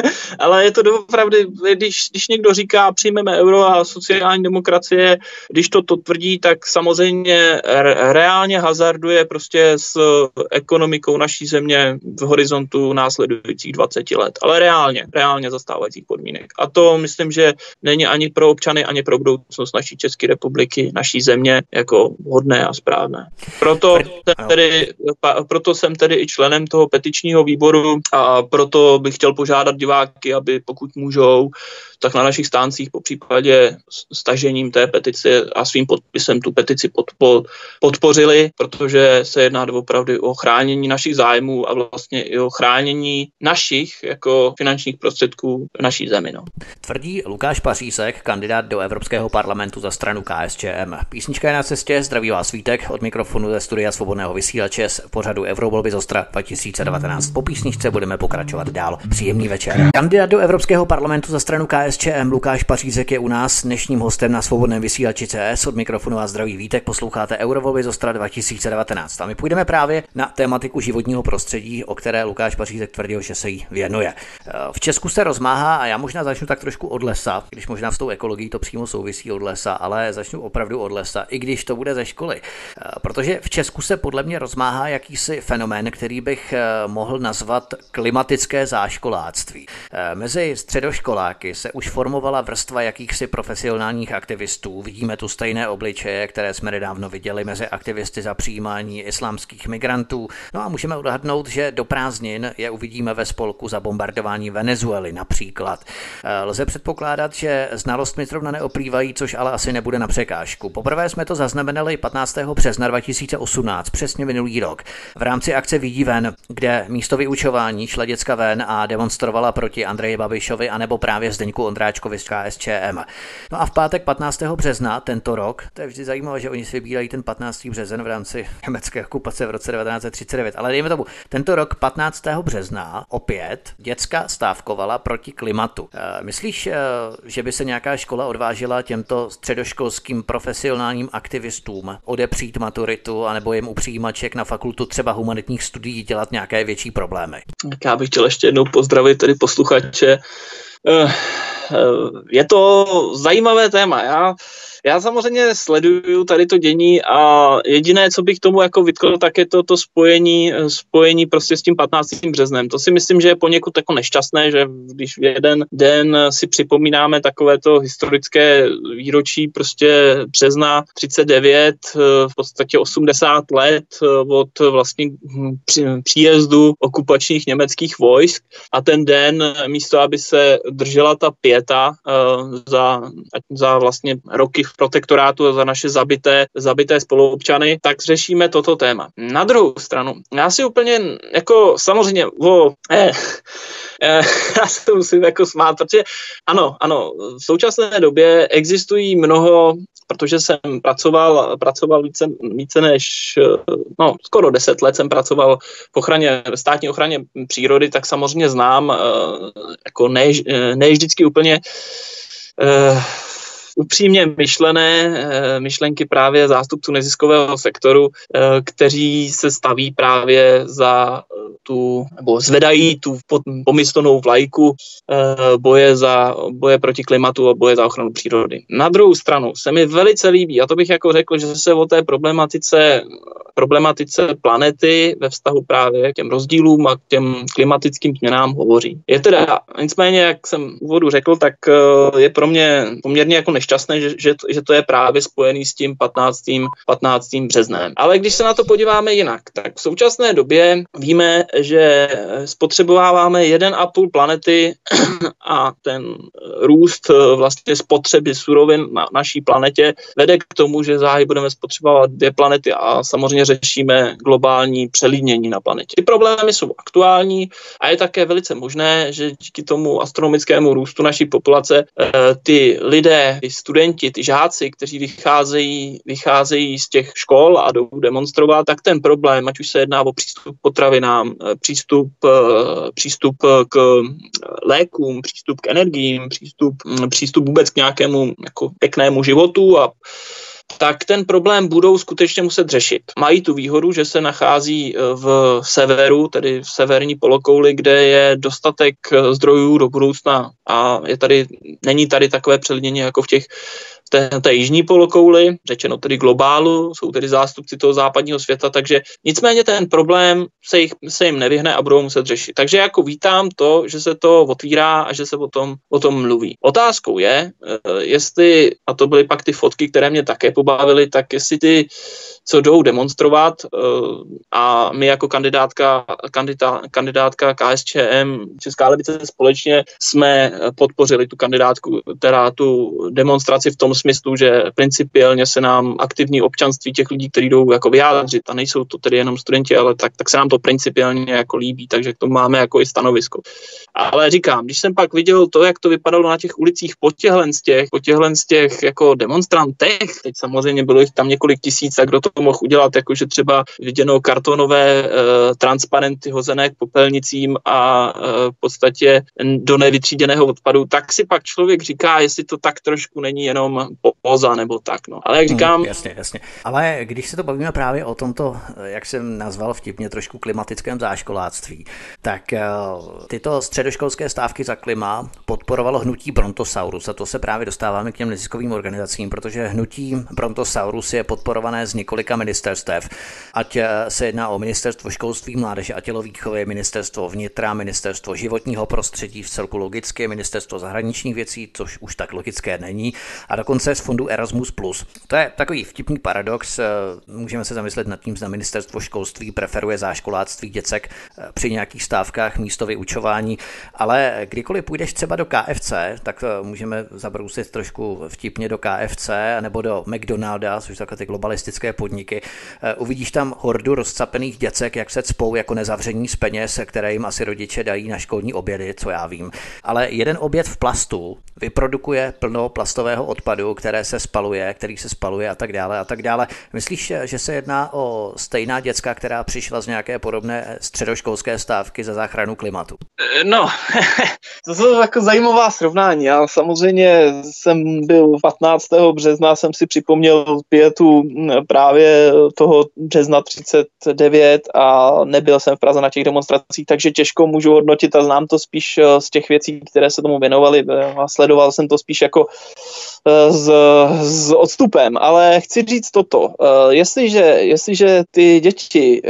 Ale je to doopravdy, když, když někdo říká, přijmeme euro a sociální demokracie, když to, to tvrdí, tak samozřejmě reálně hazarduje prostě s ekonomikou naší země v horizontu následujících dvacet let. Ale reálně, reálně zastávajících podmínek. A to myslím, že není ani pro občany, ani pro budoucnost naší České republiky, naší země jako vhodné a správné. Proto jsem tedy, proto jsem tedy i členem toho petičního výboru a proto bych chtěl požádat diváky, aby pokud můžou, tak na našich stáncích po případě stažením té petice a svým podpisem tu petici podpo, podpořili, protože se jedná opravdu o chránění našich zájmů a vlastně i o chránění našich jako finančních prostředků v naší zemi. No. Tvrdí Lukáš Pařízek, kandidát do Evropského parlamentu za stranu K S Č M. Písnička je na cestě, zdraví vás Vítek od mikrofonu ze studia Svobodného vysílače z pořadu Eurovolby z Ostra dva tisíce devatenáct. Po písničce budeme pokračovat dál. Příjemný večer. Kandidát do Evropského parlamentu za stranu K S Č M Lukáš Pařízek je u nás dnešním hostem na Svobodném vysílači C S. Od mikrofonu vás zdraví Vítek, posloucháte Eurovolby z Ostra dva tisíce devatenáct. A my půjdeme právě na tématiku životního prostředí, o které Lukáš Pařízek tvrdil, že se jí věnuje. V Česku se rozmáhá, a já možná začnu tak trošku od lesa, když možná s tou ekologií to přímo souvisí od lesa, ale začnu opravdu od lesa, i když to bude ze školy. Protože v Česku se podle mě rozmáhá jakýsi fenomén, který bych mohl nazvat klimatické záškoláctví. Mezi středoškoláky se už formovala vrstva jakýchsi profesionálních aktivistů. Vidíme tu stejné obličeje, které jsme nedávno viděli mezi aktivisty za přijímání islámských migrantů. No a můžeme odhadnout, že do prázdnin je uvidíme ve spolku za bombardování Venezuely například. Lze předpokládat, že znalostmi zrovna neoplývají, což ale asi nebude na překážku. Poprvé jsme to zaznamenali patnáctého března dva tisíce osmnáct, přesně minulý rok, v rámci akce Výjdi ven, kde místo vyučování šla děcka ven a demonstrovala proti Andreji Babišovi anebo právě Zdeňku Ondráčkovi z K S Č M. No a v pátek patnáctého března tento rok, to je vždy zajímavé, že oni si vybírají ten patnáctého březen v rámci německé okupace v roce devatenáct set třicet devět, ale dejme tomu, tento rok patnáctého března opět děcka stávkovala proti klimatu. E, myslíš, e, že by se nějaká škola odvážila těmto středoškolským profesionálním aktivistům odepřít maturitu anebo jim u přijímaček na fakultu třeba humanitních studií dělat nějaké větší problémy? Tak já bych chtěl ještě jednou pozdravit tedy posluchače. Je to zajímavé téma. Já, já samozřejmě sleduju tady to dění a jediné, co bych tomu jako vytkl, tak je to, to spojení, spojení prostě s tím patnáctým březnem. To si myslím, že je poněkud jako nešťastné, že když v jeden den si připomínáme takovéto historické výročí prostě března třicet devět, v podstatě osmdesát let od vlastně příjezdu okupačních německých vojsk a ten den místo, aby se držela ta pieta uh, za, za vlastně roky v protektorátu a za naše zabité, zabité spoluobčany, tak řešíme toto téma. Na druhou stranu, já si úplně jako samozřejmě o, eh, eh, já se musím jako smát, protože ano, ano, v současné době existují mnoho, protože jsem pracoval, pracoval více, více než, no, skoro deset let jsem pracoval v ochraně, v státní ochraně přírody, tak samozřejmě znám jako ne, ne vždycky úplně uh, upřímně myšlené myšlenky právě zástupců neziskového sektoru, kteří se staví právě za tu, nebo zvedají tu pomyslnou vlajku boje, za, boje proti klimatu a boje za ochranu přírody. Na druhou stranu se mi velice líbí, a to bych jako řekl, že se o té problematice problematice planety ve vztahu právě k těm rozdílům a k těm klimatickým změnám hovoří. Je teda, nicméně, jak jsem v úvodu řekl, tak je pro mě poměrně jako nešťastné, že, že, že to je právě spojený s tím patnáctým březnem. Ale když se na to podíváme jinak, tak v současné době víme, že spotřebováváme jeden a půl planety a ten růst vlastně spotřeby surovin na naší planetě vede k tomu, že záhy budeme spotřebovávat dvě planety a samozřejmě řešíme globální přelidnění na planetě. Ty problémy jsou aktuální a je také velice možné, že díky tomu astronomickému růstu naší populace ty lidé, ty studenti, ty žáci, kteří vycházejí, vycházejí z těch škol a jdou demonstrovat, tak ten problém, ať už se jedná o přístup k potravinám, přístup, přístup k lékům, přístup k energiím, přístup, přístup vůbec k nějakému jako pěknému životu, a tak ten problém budou skutečně muset řešit. Mají tu výhodu, že se nachází v severu, tedy v severní polokouli, kde je dostatek zdrojů do budoucna a je tady, není tady takové přelidnění jako v těch té, té jižní polokouli, řečeno tedy globálu, jsou tedy zástupci toho západního světa, takže nicméně ten problém se, jich, se jim nevyhne a budou muset řešit. Takže jako vítám to, že se to otvírá a že se o tom, o tom mluví. Otázkou je, jestli, a to byly pak ty fotky, které mě také pobavily, tak jestli ty, co jdou demonstrovat, a my jako kandidátka, kandidá, kandidátka K S Č M, Česká levice společně jsme podpořili tu kandidátku, teda tu demonstraci v tom smyslu, že principiálně se nám aktivní občanství těch lidí, kteří jdou jako vyjádřit, a nejsou to tedy jenom studenti, ale tak, tak se nám to principiálně jako líbí, takže k tomu máme jako i stanovisko. Ale říkám, když jsem pak viděl to, jak to vypadalo na těch ulicích po těchhle z těch, po těchhle z těch jako demonstrantech, teď samozřejmě bylo jich tam několik tisíc, tak kdo to mohl udělat, jakože třeba viděnou kartonové e, transparenty hozené k popelnicím a e, v podstatě do nevytříděného odpadu, tak si pak člověk říká, jestli to tak trošku není jenom póza nebo tak, no. Ale jak říkám... Hmm, jasně, jasně. Ale když se to bavíme právě o tomto, jak jsem nazval vtipně trošku klimatickém záškoláctví, tak uh, tyto středoškolské stávky za klima podporovalo hnutí Brontosaurus, a to se právě dostáváme k těm neziskovým organizacím, protože hnutí Brontosaurus je podporované z několika ministerstev, ať se jedná o ministerstvo školství, mládeže a tělovýchovy, ministerstvo vnitra, ministerstvo životního prostředí, v celku logicky, ministerstvo zahraničních věcí, což už tak logické není, a dokonce z fondu Erasmus plus. To je takový vtipný paradox, můžeme se zamyslet nad tím, zda ministerstvo školství preferuje záškoláctví děcek při nějakých stávkách místo vyučování, ale kdykoliv půjdeš třeba do K F C, tak můžeme zabrousit trošku vtipně do K F C nebo do McDonalda, což jsou takové ty globalistické podniky. Uvidíš tam hordu rozcapených děcek, jak se cpou jako nezavření z peněz, které jim asi rodiče dají na školní obědy, co já vím. Ale jeden oběd v plastu vyprodukuje plno plastového odpadu, které se spaluje, který se spaluje a tak dále a tak dále. Myslíš, že se jedná o stejná děcka, která přišla z nějaké podobné středoškolské stávky za záchranu klimatu? No, to jsou jako zajímavá srovnání. Já samozřejmě jsem byl patnáctého března, jsem si připomněl pětu právě toho března třicet devět a nebyl jsem v Praze na těch demonstracích, takže těžko můžu hodnotit a znám to spíš z těch věcí, které se tomu věnovaly a sledoval jsem to spíš jako s, s odstupem, ale chci říct toto. Jestliže, jestliže ty děti,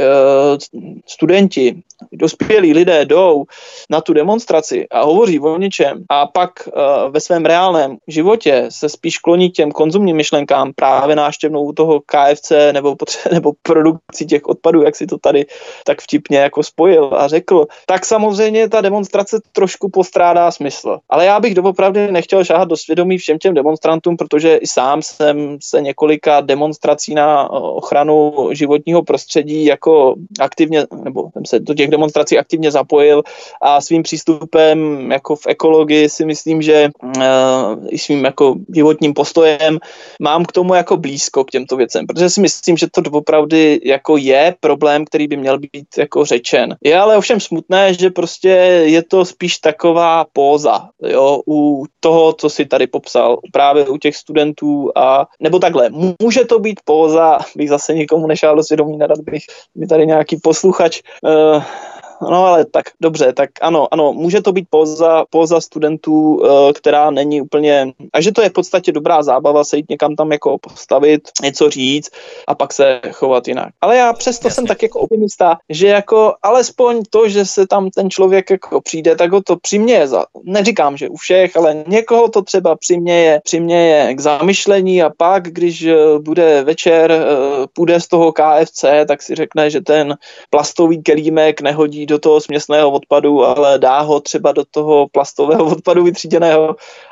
studenti, dospělí lidé jdou na tu demonstraci a hovoří o něčem a pak ve svém reálném životě se spíš kloní těm konzumním myšlenkám právě návštěvnou toho K F C nebo, potře- nebo produkci těch odpadů, jak si to tady tak vtipně jako spojil a řekl, tak samozřejmě ta demonstrace trošku postrádá smysl. Ale já bych doopravdy nechtěl šáhat do svědomí všem těm demonstrantům, protože i sám jsem se několika demonstrací na ochranu životního prostředí jako aktivně, nebo jsem se do těch demonstrací aktivně zapojil a svým přístupem jako v ekologii si myslím, že uh, i svým jako životním postojem mám k tomu jako blízko k těmto věcem, protože si myslím, že to doopravdy jako je problém, který by měl být jako řečen. Je ale ovšem smutné, že prostě je to spíš taková póza, jo, u toho, co si tady popsal, právě u těch studentů a nebo takhle, může to být póza, bych zase nikomu nešál do svědomí, nadat bych mi tady nějaký posluchač uh, No ale tak dobře, tak ano, ano, může to být póza, póza studentů, která není úplně, a že to je v podstatě dobrá zábava se jít někam tam jako postavit, něco říct a pak se chovat jinak. Ale já přesto Jasně. jsem tak jako optimista, že jako alespoň to, že se tam ten člověk jako přijde, tak ho to přiměje, za, neříkám, že u všech, ale někoho to třeba přiměje, přiměje k zamyšlení a pak, když bude večer, půjde z toho K F C, tak si řekne, že ten plastový kelímek nehodí do toho směsného odpadu, ale dá ho třeba do toho plastového odpadu vytříděného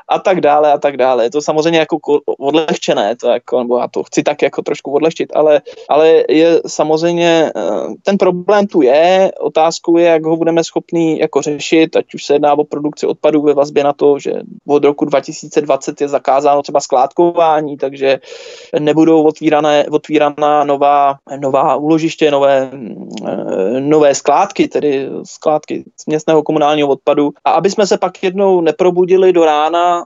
a tak dále a tak dále. Je to samozřejmě jako odlehčené, to jako, nebo já to chci tak jako trošku odlehčit, ale, ale je samozřejmě, ten problém tu je, otázkou je, jak ho budeme schopni jako řešit, ať už se jedná o produkci odpadů ve vazbě na to, že od roku dva tisíce dvacet je zakázáno třeba skládkování, takže nebudou otvírané, otvíraná nová, nová úložiště, nové, nové skládky, tedy skládky směsného komunálního odpadu. A aby jsme se pak jednou neprobudili do rána,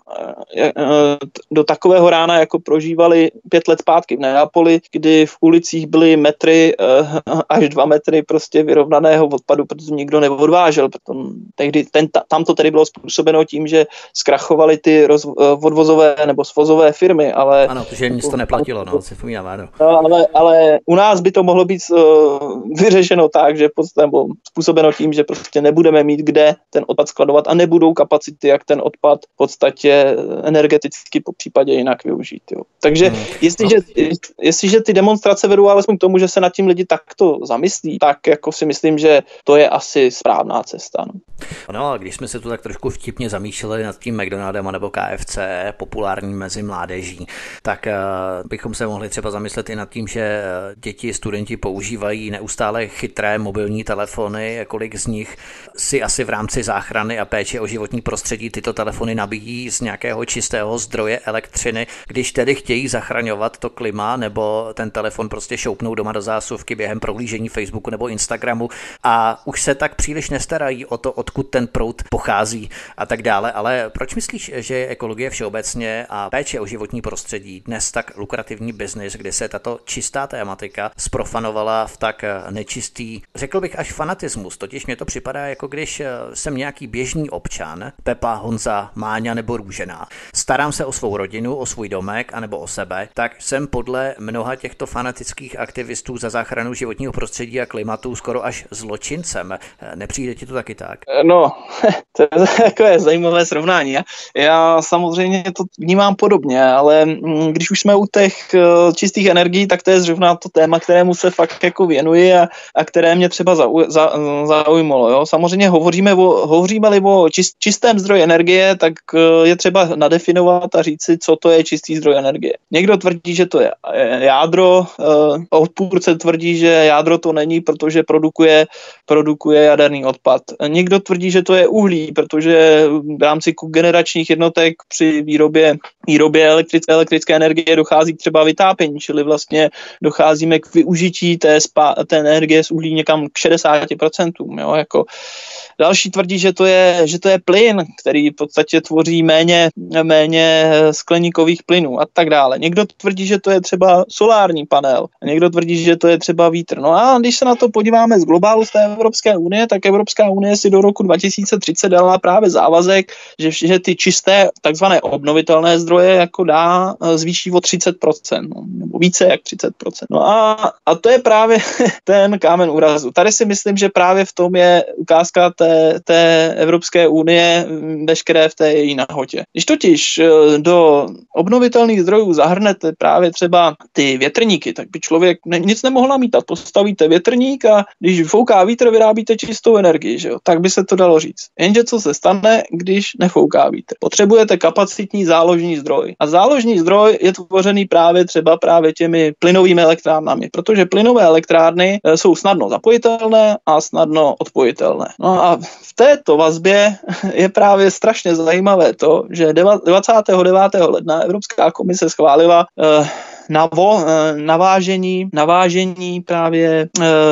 do takového rána, jako prožívali pět let zpátky v Neapoli, kdy v ulicích byly metry až dva metry prostě vyrovnaného odpadu, protože nikdo neodvážel. Tehdy ten, tam to tedy bylo způsobeno tím, že zkrachovaly ty roz, odvozové nebo svozové firmy, ale... Ano, protože nic to neplatilo, no, si vzpomínám, ano. No, ale, ale u nás by to mohlo být uh, vyřešeno tak, že nebo způsobeno tím, že prostě nebudeme mít kde ten odpad skladovat a nebudou kapacity, jak ten odpad v podstatě energeticky po případě jinak využít. Jo. Takže hmm. jestliže, no. jestliže ty demonstrace vedou alespoň k tomu, že se nad tím lidi takto zamyslí, tak jako si myslím, že to je asi správná cesta. No. No a když jsme se tu tak trošku vtipně zamýšleli nad tím McDonaldem nebo K F C, populární mezi mládeží, tak uh, bychom se mohli třeba zamyslet i nad tím, že děti, studenti používají neustále chytré mobilní telefony, kolik z nich si asi v rámci záchrany a péče o životní prostředí tyto telefony nabíjí z nějakého čistého zdroje elektřiny, když tedy chtějí zachraňovat to klima, nebo ten telefon prostě šoupnou doma do zásuvky během prohlížení Facebooku nebo Instagramu a už se tak příliš nestarají o to, odkud ten proud pochází a tak dále. Ale proč myslíš, že je ekologie všeobecně a péče o životní prostředí dnes tak lukrativní biznis, kdy se tato čistá tématika zprofanovala v tak nečistý, řekl bych až fanatismus, totiž mně to připadá, jako když jsem nějaký běžný občan, Pepa, Honza, Máňa nebo Růžena, starám se o svou rodinu, o svůj domek anebo o sebe, tak jsem podle mnoha těchto fanatických aktivistů za záchranu životního prostředí a klimatu skoro až zločincem. Nepřijde ti to taky tak? No, to je takové zajímavé srovnání. Já, já samozřejmě to vnímám podobně, ale když už jsme u těch čistých energií, tak to je zrovna to téma, kterému se fakt jako věnuji a, a které mě třeba zau, za, zaujmulo. Jo? Samozřejmě hovoříme o, hovoříme-li o čist, čistém zdroji energie, tak je třeba nadefinovat a říci, co to je čistý zdroj energie. Někdo tvrdí, že to je jádro, odpůrce tvrdí, že jádro to není, protože produkuje, produkuje jaderný odpad. Někdo tvrdí, že to je uhlí, protože v rámci generačních jednotek při výrobě, výrobě elektrické, elektrické energie dochází třeba vytápění, čili vlastně docházíme k využití té, spa, té energie z uhlí někam k šedesáti procentům. Jo, jako. Další tvrdí, že to je, že to je plyn, který v podstatě tvoří méně, méně skleníkových plynů a tak dále. Někdo tvrdí, že to je třeba solární panel, a někdo tvrdí, že to je třeba vítr. No a když se na to podíváme z globálu z té Evropské unie, tak Evropská unie si do roku dva tisíce třicet dala právě závazek, že, že ty čisté takzvané obnovitelné zdroje jako dá zvýší o třicet procent, no, nebo více jak třicet procent. No a, a to je právě ten kámen úrazu. Tady si myslím, že právě v tom je ukázka té, té Evropské unie veškeré v té její nahotě. Když totiž do obnovitelných zdrojů zahrnete právě třeba ty větrníky, tak by člověk ne, nic nemohl namítat. Postavíte větrník a když fouká vítr, vyrábíte čistou energii, že jo? Tak by se to dalo říct. Jenže co se stane, když nefouká vítr? Potřebujete kapacitní záložní zdroj. A záložní zdroj je tvořený právě třeba právě těmi plynovými elektrárnami, protože plynové elektrárny jsou snadno zapojitelné a snadno odpojitelné. No a v této vazbě je právě strašně zajímavé to, že dvacátého devátého ledna Evropská komise schválila uh, Navo, navážení, navážení právě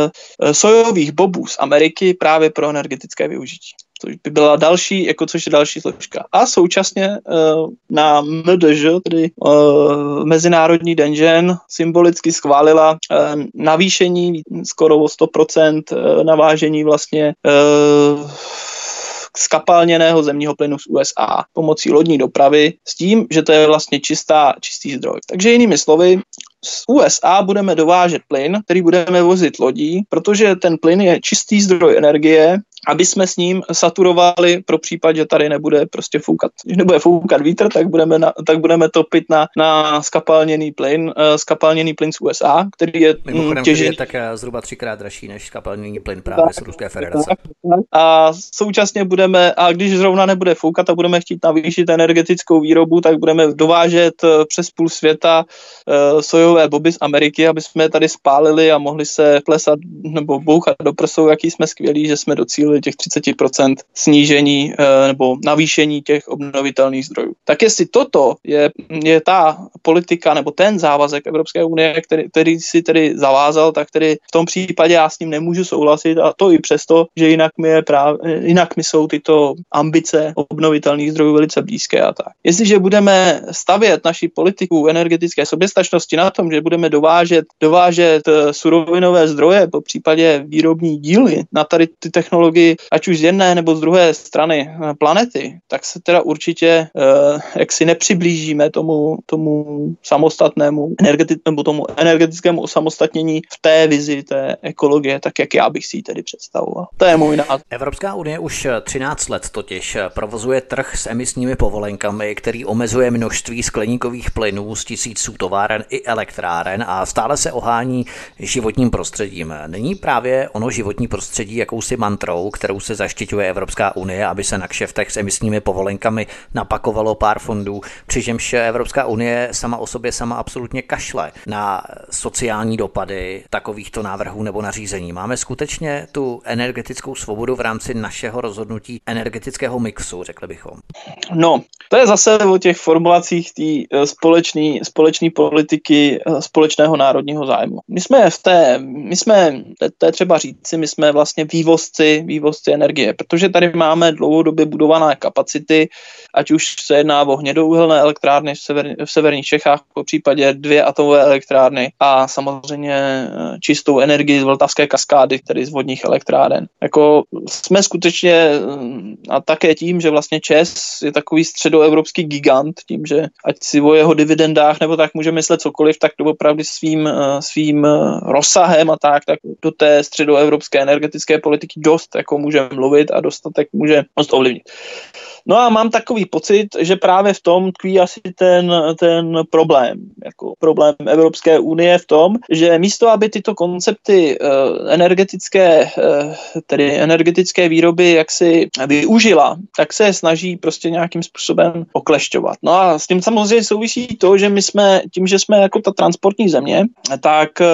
e, sojových bobů z Ameriky právě pro energetické využití. Což by byla další, jako což je další složka. A současně e, na M D Ž, tedy e, Mezinárodní den žen, symbolicky schválila e, navýšení skoro o sto procent e, navážení vlastně e, skapalněného zemního plynu z U S A pomocí lodní dopravy s tím, že to je vlastně čistá, čistý zdroj. Takže jinými slovy, z U S A budeme dovážet plyn, který budeme vozit lodí, protože ten plyn je čistý zdroj energie aby jsme s ním saturovali pro případ, že tady nebude prostě foukat. Když nebude foukat vítr, tak budeme, na, tak budeme topit na, na skapalněný plyn, uh, skapalněný plyn z U S A, který je Mimochodem, těžen... je tak zhruba třikrát dražší než skapalněný plyn právě tak, z Ruské federace. Tak, tak. A současně budeme, a když zrovna nebude foukat a budeme chtít navýšit energetickou výrobu, tak budeme dovážet přes půl světa uh, sojové boby z Ameriky, aby jsme tady spálili a mohli se plesat nebo bouchat do prsou, jaký jsme skvělí, že jsme docílili těch třicet procent snížení uh, nebo navýšení těch obnovitelných zdrojů. Tak jestli toto je, je ta politika nebo ten závazek Evropské unie, který, který si tedy zavázal, tak tedy v tom případě já s ním nemůžu souhlasit, a to i přesto, že jinak mi, je právě, jinak mi jsou tyto ambice obnovitelných zdrojů velice blízké a tak. Jestliže budeme stavět naši politiku energetické soběstačnosti na tom, že budeme dovážet, dovážet surovinové zdroje, po případě výrobní díly na tady ty technologii, ať už z jedné nebo z druhé strany planety, tak se teda určitě eh, jak si nepřiblížíme tomu, tomu samostatnému energeti- nebo tomu energetickému osamostatnění v té vizi té ekologie, tak jak já bych si ji tedy představoval. To je můj názor. Evropská unie už třináct let totiž provozuje trh s emisními povolenkami, který omezuje množství skleníkových plynů z tisíců továren i elektráren a stále se ohání životním prostředím. Není právě ono životní prostředí jakousi mantrou, kterou se zaštiťuje Evropská unie, aby se na kšeftech s emisními povolenkami napakovalo pár fondů, přičemž Evropská unie sama o sobě sama absolutně kašle na sociální dopady takovýchto návrhů nebo nařízení. Máme skutečně tu energetickou svobodu v rámci našeho rozhodnutí energetického mixu, řekli bychom. No, to je zase o těch formulacích té společné společné politiky společného národního zájmu. My jsme v té, my jsme, to je třeba říci, my jsme vlastně vývozci, vývozci energie, protože tady máme dlouhodobě budované kapacity, ať už se jedná o hnědouhelné elektrárny v, sever, v severních Čechách, po případě dvě atomové elektrárny a samozřejmě čistou energii z Vltavské kaskády, tedy z vodních elektráren. Jako jsme skutečně, a také tím, že vlastně ČEZ je takový středoevropský gigant, tím, že ať si o jeho dividendách nebo tak může myslet cokoliv, tak to opravdu svým, svým rozsahem a tak, tak do té středoevropské energetické politiky dost jako může mluvit a dostatek může dost ovlivnit. No a mám takový pocit, že právě v tom tkví asi ten, ten problém, jako problém Evropské unie v tom, že místo, aby tyto koncepty uh, energetické, uh, tedy energetické výroby jaksi využila, tak se snaží prostě nějakým způsobem oklešťovat. No a s tím samozřejmě souvisí to, že my jsme, tím, že jsme jako ta transportní země, tak uh,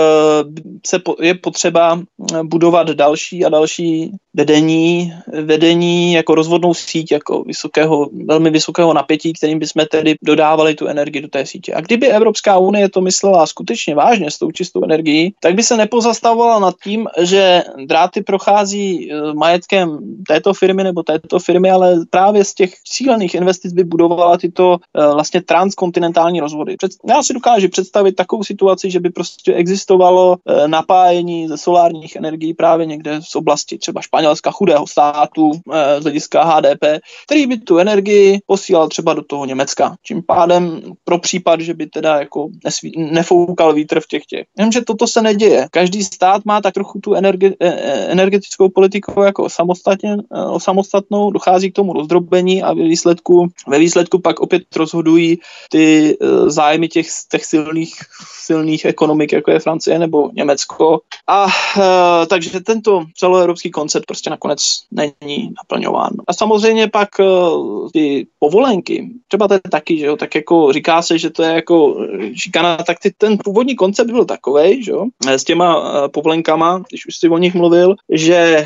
se po, je potřeba budovat další a další vedení, vedení jako rozvodnou síť, jako vysokého, velmi vysokého napětí, kterým bychom tedy dodávali tu energii do té sítě. A kdyby Evropská unie to myslela skutečně vážně s tou čistou energií, tak by se nepozastavovala nad tím, že dráty prochází majetkem této firmy nebo této firmy, ale právě z těch cílených investic by budovala tyto vlastně transkontinentální rozvody. Já si dokážu představit takovou situaci, že by prostě existovalo napájení ze solárních energií právě někde z oblasti třeba Španělska, chudého státu z hlediska H D P, který by tu energii posílal třeba do toho Německa. Čím pádem pro případ, že by teda jako nesví, nefoukal vítr v těch těch. Jenomže toto se neděje. Každý stát má tak trochu tu energe, energetickou politiku jako samostatně, samostatnou, dochází k tomu rozdrobení a ve výsledku, ve výsledku pak opět rozhodují ty zájmy těch, těch silných, silných ekonomik, jako je Francie nebo Německo. A e, takže tento celoevropský koncept prostě nakonec není naplňován. A samozřejmě pak e, ty povolenky, třeba to je taky, že jo, tak jako říká se, že to je jako šikana, tak ty, ten původní koncept byl takovej, že jo, s těma e, povolenkama, když už jsi o nich mluvil, že e,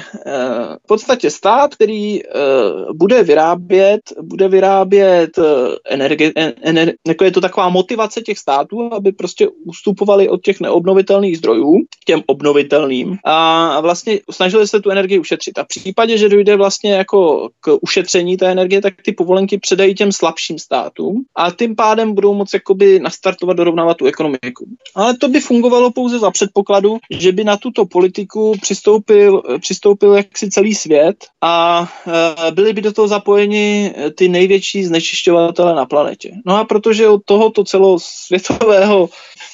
v podstatě stát, který e, bude vyrábět, bude vyrábět energie, ener, jako je to taková motivace těch států, aby prostě ustupovali od těch neobnovitelných zdrojů k těm obnovitelným a vlastně snažili se tu energii ušetřit. A v případě, že dojde vlastně jako k ušetření té energie, tak ty povolenky předají těm slabším státům a tím pádem budou moci jakoby nastartovat, dorovnávat tu ekonomiku. Ale to by fungovalo pouze za předpokladu, že by na tuto politiku přistoupil, přistoupil jaksi celý svět a e, byli by do toho zapojeni ty největší znečišťovatele na planetě. No a protože od tohoto celosvětového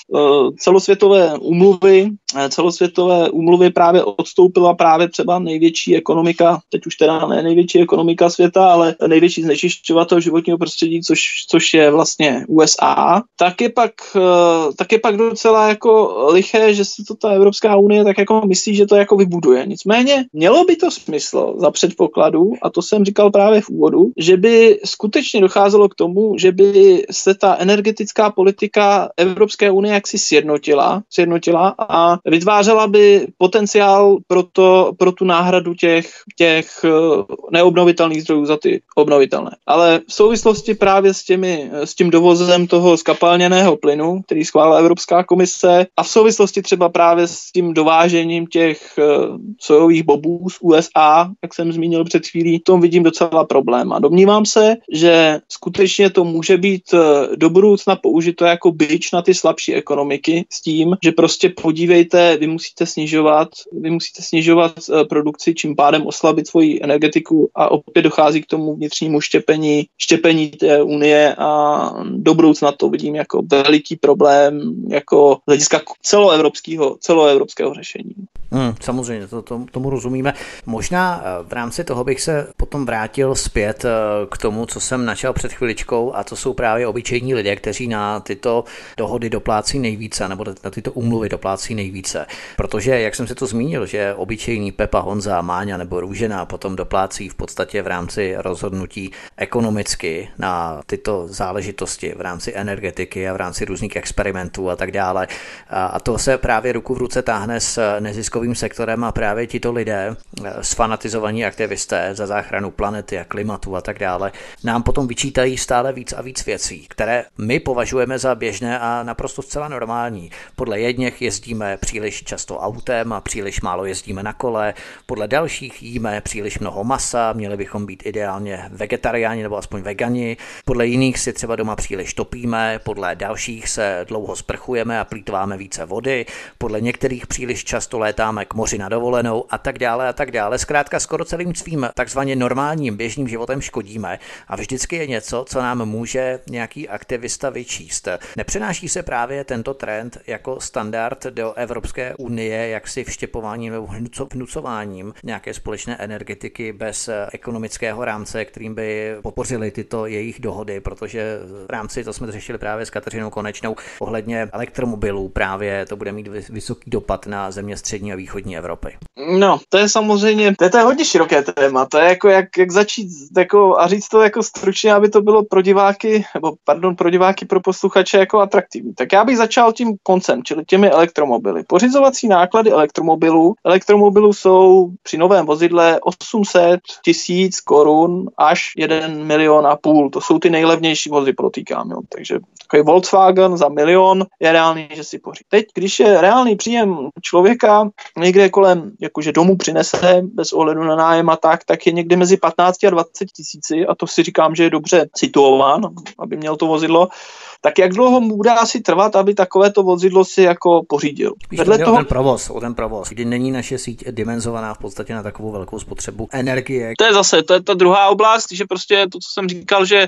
celosvětové úmluvy, celosvětové úmluvy právě odstoupila právě třeba největší ekonomika, teď už teda ne největší ekonomika světa, ale největší znečišťovatel životního prostředí, což, což je vlastně U S A, tak je pak, tak je pak docela jako liché, že si to ta Evropská unie tak jako myslí, že to jako vybuduje. Nicméně mělo by to smysl za předpokladu, a to jsem říkal právě v úvodu, že by skutečně docházelo k tomu, že by se ta energetická politika Evropské unie jaksi sjednotila, sjednotila a vytvářela by potenciál pro, to, pro tu náhradu těch, těch neobnovitelných zdrojů za ty obnovitelné. Ale v souvislosti právě s, těmi, s tím dovozem toho skapalněného plynu, který schválila Evropská komise, a v souvislosti třeba právě s tím dovážením těch sojových bobů z U S A, jak jsem zmínil před chvílí, tom vidím docela problém. A domnívám se, že skutečně to může být do budoucna použito jako bič na ty slabší ekonomiky s tím, že prostě podívejte, vy musíte snižovat, vy musíte snižovat produkci, čím pádem oslabit svoji energetiku a opět dochází k tomu vnitřnímu štěpení, štěpení té unie a do budoucna to vidím jako veliký problém, jako hlediska celoevropského, celoevropského řešení. Hmm, samozřejmě, to, to, tomu rozumíme. Možná v rámci toho bych se potom vrátil zpět k tomu, co jsem načal před chviličkou, a to jsou právě obyčejní lidé, kteří na tyto dohody doplácí nejvíce, nebo na tyto úmluvy doplácí nejvíce. Protože, jak jsem se to zmínil, že obyčejní Pepa, Honza, Máňa nebo Růžena potom doplácí v podstatě v rámci rozhodnutí ekonomicky na tyto záležitosti v rámci energetiky a v rámci různých experimentů a tak dále. A to se právě ruku v ruce táhne s neziskovým sektorem a právě tito lidé, sfanatizovaní aktivisté za záchranu planety a klimatu a tak dále, nám potom vyčítají stále víc a víc věcí, které my považujeme za běžné a naprosto zcela normální. Podle jedněch jezdíme příliš často autem a příliš málo jezdíme na kole, podle dalších jíme příliš mnoho masa, měli bychom být ideálně vegetariáni nebo aspoň vegani, podle jiných si třeba doma příliš topíme, podle dalších se dlouho sprchujeme a plýtváme více vody, podle některých příliš často létáme k moři na dovolenou a tak dále a tak dále. Zkrátka skoro celým svým takzvaně normálním běžným životem škodíme a vždycky je něco, co nám může nějaký aktivista vyčíst. Nepřenáší se právě tento trend jako standard do Evropské unie, jaksi vštěpováním nebo vnucováním nějaké společné energetiky bez ekonomického rámce, kterým by podpořili tyto jejich dohody, protože v rámci, to jsme řešili právě s Kateřinou Konečnou, ohledně elektromobilů právě to bude mít vysoký dopad na země střední a východní Evropy. No, to je samozřejmě, to je, to je hodně široké téma, to je jako jak, jak začít jako, a říct to jako stručně, aby to bylo pro diváky, nebo pardon, pro diváky, pro posluchače jako atraktivní. Tak já bych začal tím koncem, čili těmi elektromobily. Pořizovací náklady elektromobilů, elektromobilů jsou při novém vozidle osm set tisíc korun až jeden milion a půl. To jsou ty nejlevnější vozy, protýkám. Jo. Takže takový Volkswagen za milion je reálný, že si pořídí. Teď, když je reálný příjem člověka někde kolem, jakože domů přinese, bez ohledu na nájem a tak, tak je někde mezi patnáct a dvacet tisíci, a to si říkám, že je dobře situován, aby měl to vozidlo, tak jak dlouho mu bude asi trvat, aby takovéto vozidlo si jako pořídil? Vedle toho... o ten provoz, o ten provoz, kdy není naše síť dimenzovaná v podstatě na takovou velkou spotřebu energie. To je zase, to je ta druhá oblast, že prostě to, co jsem říkal, že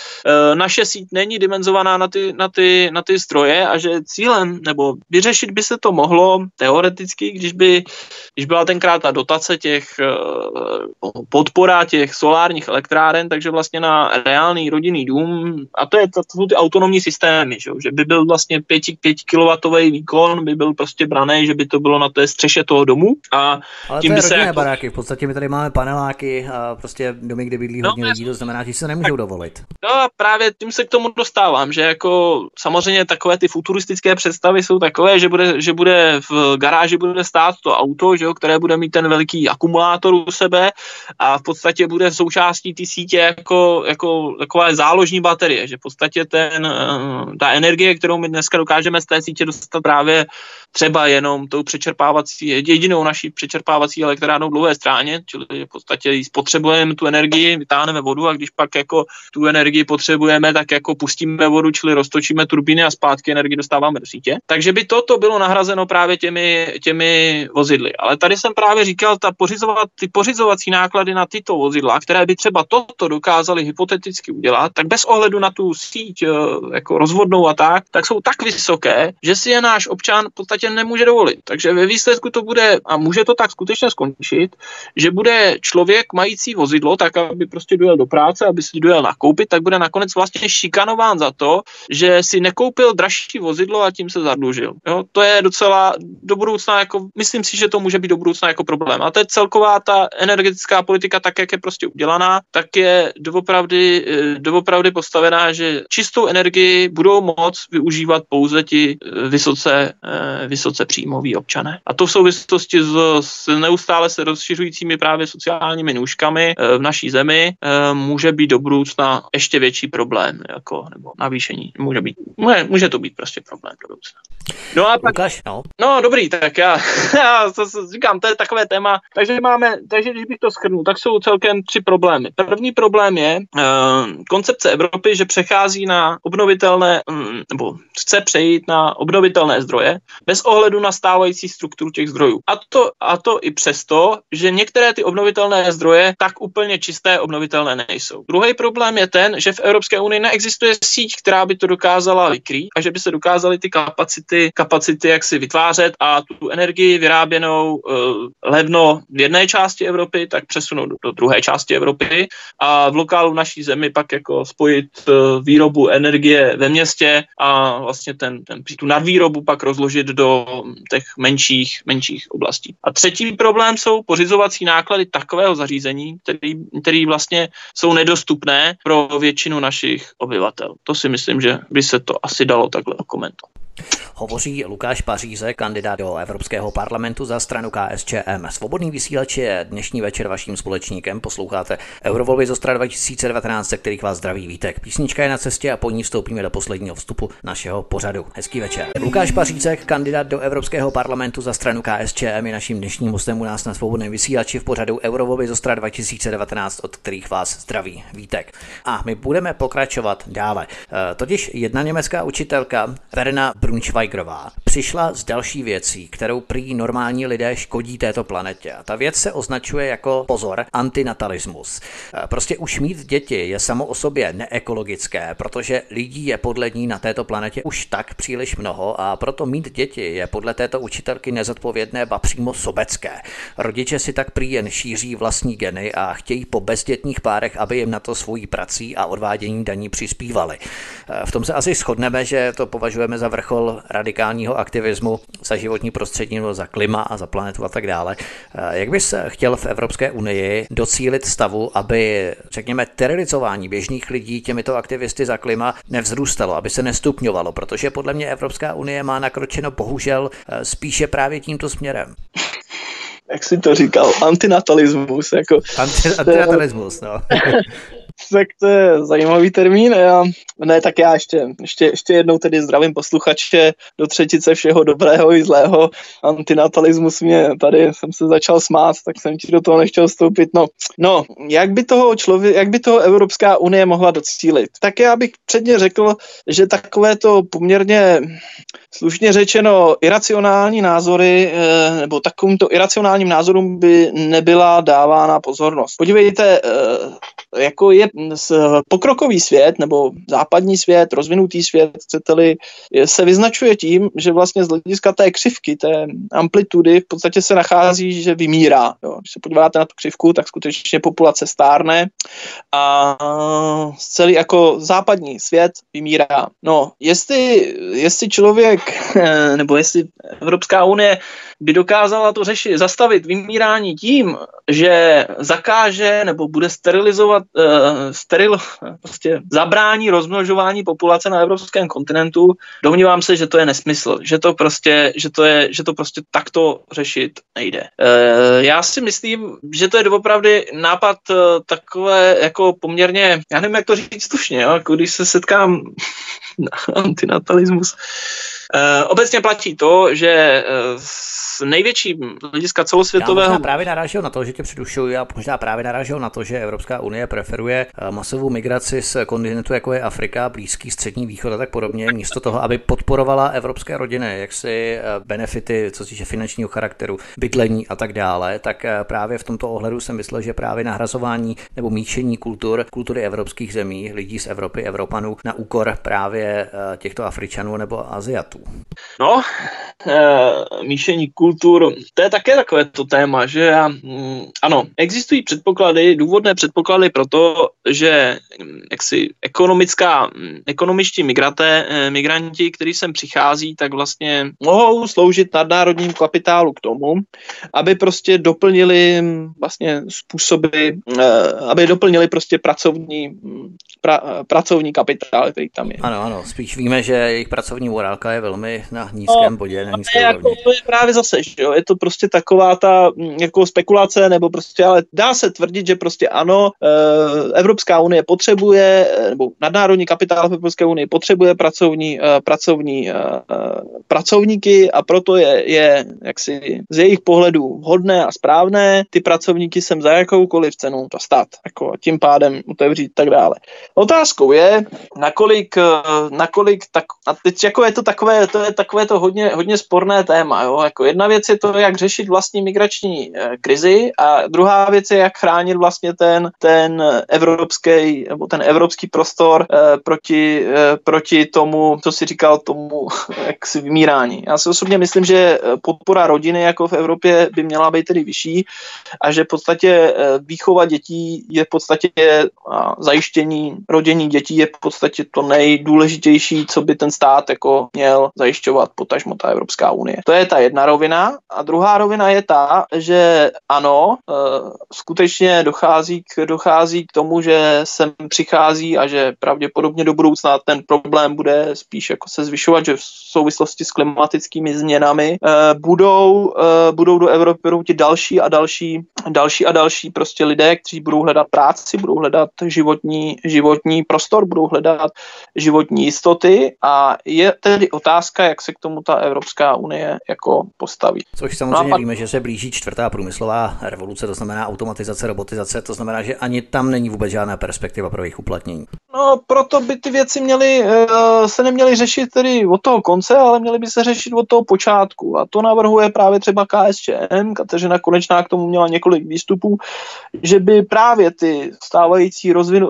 e, naše síť není dimenzovaná na ty, na, ty, na ty stroje a že cílem, nebo vyřešit by se to mohlo teoreticky, když by, když byla tenkrát ta dotace těch e, podpora těch solárních elektráren, takže vlastně na reálný rodinný dům, a to, je, to jsou ty autonomní systémy, že, že by byl vlastně pět kilowattový výkon, by byl prostě braný, že by to bylo na té střeše toho domu. A ale tím to je by se rodinné jako... baráky, v podstatě my tady máme paneláky a prostě domy, kde bydlí hodně no, lidí, to znamená, že se nemůžou tak dovolit. No a právě tím se k tomu dostávám, že jako samozřejmě takové ty futuristické představy jsou takové, že bude, že bude v garáži bude stát to auto, že jo, které bude mít ten veliký akumulátor u sebe a v podstatě bude součástí té sítě jako, jako takové záložní baterie, že v podstatě ten, ta energie, kterou my dneska dokážeme z té sítě dostat právě třeba jenom tou přečerpávací, jedinou naší přečerpávací elektrárnou dlouhé stráně, čili v podstatě spotřebujeme tu energii, vytáhneme vodu a když pak jako tu energii potřebujeme, tak jako pustíme vodu, čili roztočíme turbíny a zpátky energii dostáváme do sítě. Takže by toto bylo nahrazeno právě těmi, těmi vozidly. Ale tady jsem právě říkal, ta pořizovat, ty pořizovací náklady na tyto vozidla, které by třeba toto dokázaly hypoteticky udělat, tak bez ohledu na tu síť, jak jako rozvodnou a tak, tak jsou tak vysoké, že si je náš občan v podstatě nemůže dovolit. Takže ve výsledku to bude, a může to tak skutečně skončit, že bude člověk mající vozidlo, tak aby prostě dojel do práce, aby si dojel nakoupit, tak bude nakonec vlastně šikanován za to, že si nekoupil dražší vozidlo a tím se zadlužil. Jo? To je docela do budoucna, jako, myslím si, že to může být do budoucna jako problém. A to je celková ta energetická politika, tak jak je prostě udělaná, tak je doopravdy, doopravdy postavená, že čistou energii budou moct využívat pouze ti vysoce, vysoce příjmoví občané. A to v souvislosti s, s neustále se rozšiřujícími právě sociálními nůžkami v naší zemi může být do budoucna ještě větší problém, jako, nebo navýšení. Může být, může, může to být prostě problém do budoucna. No a pak, Lukáš, no. no dobrý, tak já, já to, to, říkám, to je takové téma, takže máme, takže když bych to shrnul, tak jsou celkem tři problémy. První problém je uh, koncepce Evropy, že přechází na obnovitelné, um, nebo chce přejít na obnovitelné zdroje, bez ohledu na stávající strukturu těch zdrojů. A to, a to i přesto, že některé ty obnovitelné zdroje tak úplně čisté obnovitelné nejsou. Druhý problém je ten, že v Evropské unii neexistuje síť, která by to dokázala vykrýt a že by se dokázaly ty kapacity, kapacity jak si vytvářet a tu energii vyráběnou uh, levno v jedné části Evropy, tak přesunout do, do druhé části Evropy a v lokálu v naší zemi pak jako spojit uh, výrobu energie ve městě a vlastně ten, ten, tu nadvýrobu pak rozložit do těch menších, menších oblastí. A třetí problém jsou pořizovací náklady takového zařízení, který, který vlastně jsou nedostupné pro většinu našich obyvatel. To si myslím, že by se to asi dalo takhle okomentovat. Hovoří Lukáš Pařízek, kandidát do Evropského parlamentu za stranu K S Č M. Svobodný vysílač je dnešní večer vaším společníkem. Posloucháte Eurovolby z Ostra dva tisíce devatenáct, ze kterých vás zdraví Vítek. Písnička je na cestě a po ní vstoupíme do posledního vstupu našeho pořadu. Hezký večer. Lukáš Pařízek, kandidát do Evropského parlamentu za stranu K S Č M, je naším dnešním hostem u nás na Svobodném vysílači v pořadu Eurovolby z Ostra dva tisíce devatenáct, od kterých vás zdraví Vítek. A my budeme pokračovat dále. E, totiž jedna německá učitelka Verena Brunschweigerová přišla s další věcí, kterou prý normální lidé škodí této planetě. A ta věc se označuje jako, pozor, antinatalismus. Prostě už mít děti je samo o sobě neekologické, protože lidí je podle ní na této planetě už tak příliš mnoho a proto mít děti je podle této učitelky nezodpovědné, ba přímo sobecké. Rodiče si tak prý jen šíří vlastní geny a chtějí po bezdětných párech, aby jim na to svojí prací a odvádění daní přispívali. V tom se asi shodneme, že to považujeme za vrchol radikálního aktivismu za životní prostředí, za klima a za planetu a tak dále. Jak bys chtěl v Evropské unii docílit stavu, aby, řekněme, terorizování běžných lidí těmito aktivisty za klima nevzrůstalo, aby se nestupňovalo, protože podle mě Evropská unie má nakročeno bohužel spíše právě tímto směrem. Jak jsi to říkal, antinatalismus. Jako, Anti- antinatalismus, no. Tak to je zajímavý termín. Já, ne, tak já ještě, ještě, ještě jednou tedy zdravím posluchače do třetice všeho dobrého i zlého. Antinatalismus mě, tady jsem se začal smát, tak jsem ti do toho nechtěl vstoupit. No, no jak by toho člověk, jak by toho Evropská unie mohla docílit? Tak já bych předně řekl, že takové to poměrně slušně řečeno iracionální názory, nebo takovýmto iracionálním názorům by nebyla dávána pozornost. Podívejte, jako je pokrokový svět, nebo západní svět, rozvinutý svět, chcete-li, se vyznačuje tím, že vlastně z hlediska té křivky, té amplitudy v podstatě se nachází, že vymírá. Jo. Když se podíváte na tu křivku, tak skutečně populace stárne a celý jako západní svět vymírá. No, jestli, jestli člověk, nebo jestli Evropská unie by dokázala to řešit, zastavit vymírání tím, že zakáže nebo bude sterilizovat, uh, steril, prostě zabrání rozmnožování populace na evropském kontinentu, domnívám se, že to je nesmysl, že to prostě, že to je, že to prostě takto řešit nejde. Uh, já si myslím, že to je doopravdy nápad uh, takové jako poměrně, já nevím, jak to říct slušně, jo? Jako když se setkám na antinatalismus, obecně platí to, že z největší hlediska celosvětového... Já možná právě narážel na to, že tě předušuju, a možná právě narážel na to, že Evropská unie preferuje masovou migraci z kontinentu, jako je Afrika, Blízký, Střední východ a tak podobně, místo toho, aby podporovala evropské rodiny, jaksi benefity, co se týče finančního charakteru, bydlení a tak dále, tak právě v tomto ohledu jsem myslel, že právě nahrazování nebo míšení kultur, kultury evropských zemí, lidí z Evropy, Evropanů, na úkor právě těchto Afričanů nebo Aziatů. No, e, míšení kultur, to je také takové to téma, že mm, ano, existují předpoklady, důvodné předpoklady pro to, že jaksi ekonomická, ekonomičtí migraté, migranti, kteří sem přichází, tak vlastně mohou sloužit nadnárodním kapitálu k tomu, aby prostě doplnili vlastně způsoby, aby doplnili prostě pracovní, pra, pracovní kapitál, který tam je. Ano, ano, spíš víme, že jejich pracovní morálka je velmi na nízkém no, bodě, na nízké jako, to je právě zase, že jo, je to prostě taková ta jako spekulace, nebo prostě, ale dá se tvrdit, že prostě ano, Evropská unie potřebuje, nebo nadnárodní kapitál v Evropské unii potřebuje pracovní, pracovní pracovníky a proto je, je jaksi z jejich pohledu vhodné a správné ty pracovníky sem za jakoukoliv cenu dostat, jako tím pádem otevřít tak dále. Otázkou je, nakolik, nakolik tak, a teď jako je to takové, to je takové to hodně, hodně sporné téma, jo, jako jedna věc je to, jak řešit vlastní migrační eh, krizi a druhá věc je, jak chránit vlastně ten, ten evropský, nebo ten evropský prostor eh, proti, eh, proti tomu, co si říkal, tomu jaksi vymírání. Já si osobně myslím, že podpora rodiny jako v Evropě by měla být tedy vyšší a že v podstatě výchova dětí je v podstatě a zajištění rodění dětí je v podstatě to nejdůležitější, co by ten stát jako měl zajišťovat, potažmo ta Evropská unie. To je ta jedna rovina a druhá rovina je ta, že ano, skutečně dochází k, dochází k tomu, že sem přichází a že pravděpodobně do budoucna ten problém bude spíš jako se zvyšovat, že v souvislosti s klimatickými změnami budou, budou do Evropy ti další a další, další a další prostě lidé, kteří budou hledat práci, budou hledat životní, životní prostor, budou hledat životní jistoty a je tedy otázka, jak se k tomu ta Evropská unie jako postaví. Což samozřejmě no pak... víme, že se blíží čtvrtá průmyslová revoluce, to znamená automatizace, robotizace, to znamená, že ani tam není vůbec žádná perspektiva pro jejich uplatnění. No, proto by ty věci měly, se neměly řešit tedy od toho konce, ale měly by se řešit od toho počátku. A to navrhuje právě třeba K S Č M, Kateřina Konečná k tomu měla několik výstupů, že by právě ty stávající rozvinu,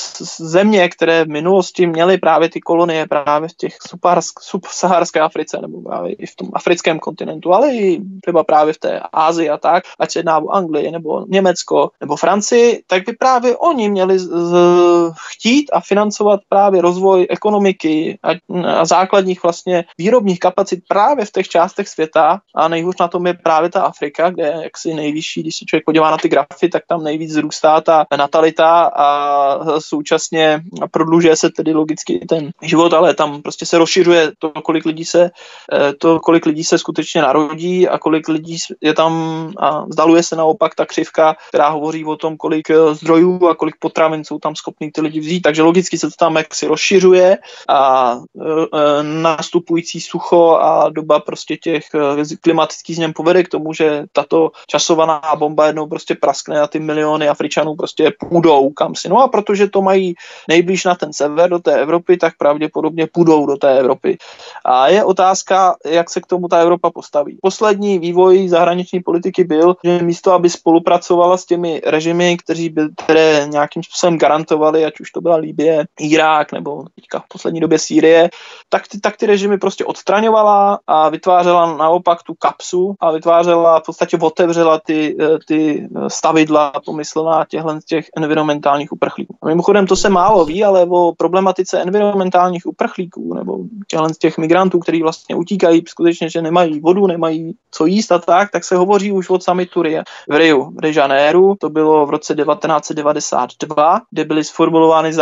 země, které v minulosti měly právě ty kolonie právě v těch subsaharské Africe, nebo právě i v tom africkém kontinentu, ale i třeba právě v té Asii a tak, ať se jedná o Anglii, nebo Německo, nebo Francii, tak by právě oni měli z, z, chtít a financovat právě rozvoj ekonomiky a, a základních vlastně výrobních kapacit právě v těch částech světa a nejhůř na tom je právě ta Afrika, kde je jaksi nejvyšší, když se člověk podívá na ty grafy, tak tam nejvíc zrůstá ta natalita a současně prodlužuje se tedy logicky ten život, ale tam prostě se rozšiřuje to, kolik lidí se, to, kolik lidí se skutečně narodí a kolik lidí je tam a vzdaluje se naopak ta křivka, která hovoří o tom, kolik zdrojů a kolik potravin jsou tam schopní ty lidi vzít, takže logicky se to tam jaksi rozšiřuje a e, nastupující sucho a doba prostě těch klimatických změn povede k tomu, že tato časovaná bomba jednou prostě praskne a ty miliony Afričanů prostě půjdou kam si. No a protože to mají nejblíž na ten sever do té Evropy, tak pravděpodobně půjdou do té Evropy. A je otázka, jak se k tomu ta Evropa postaví. Poslední vývoj zahraniční politiky byl, že místo, aby spolupracovala s těmi režimy, kteří by, které nějakým způsobem garantovali, ať už to byla Libye, Irák nebo teďka v poslední době Sýrie, tak ty, tak ty režimy prostě odstraňovala a vytvářela naopak tu kapsu a vytvářela, v podstatě otevřela ty, ty stavidla pomyslná těchhle těch environmentálních uprchlíků. A mimochodem to se málo ví, ale o problematice environmentálních uprchlíků nebo těchhle těch migrantů, kteří vlastně utíkají skutečně, že nemají vodu, nemají co jíst a tak, tak se hovoří už od summitu v Riu de Janeiro. To bylo v roce devatenáct set devadesát dva, kde byly sformulovány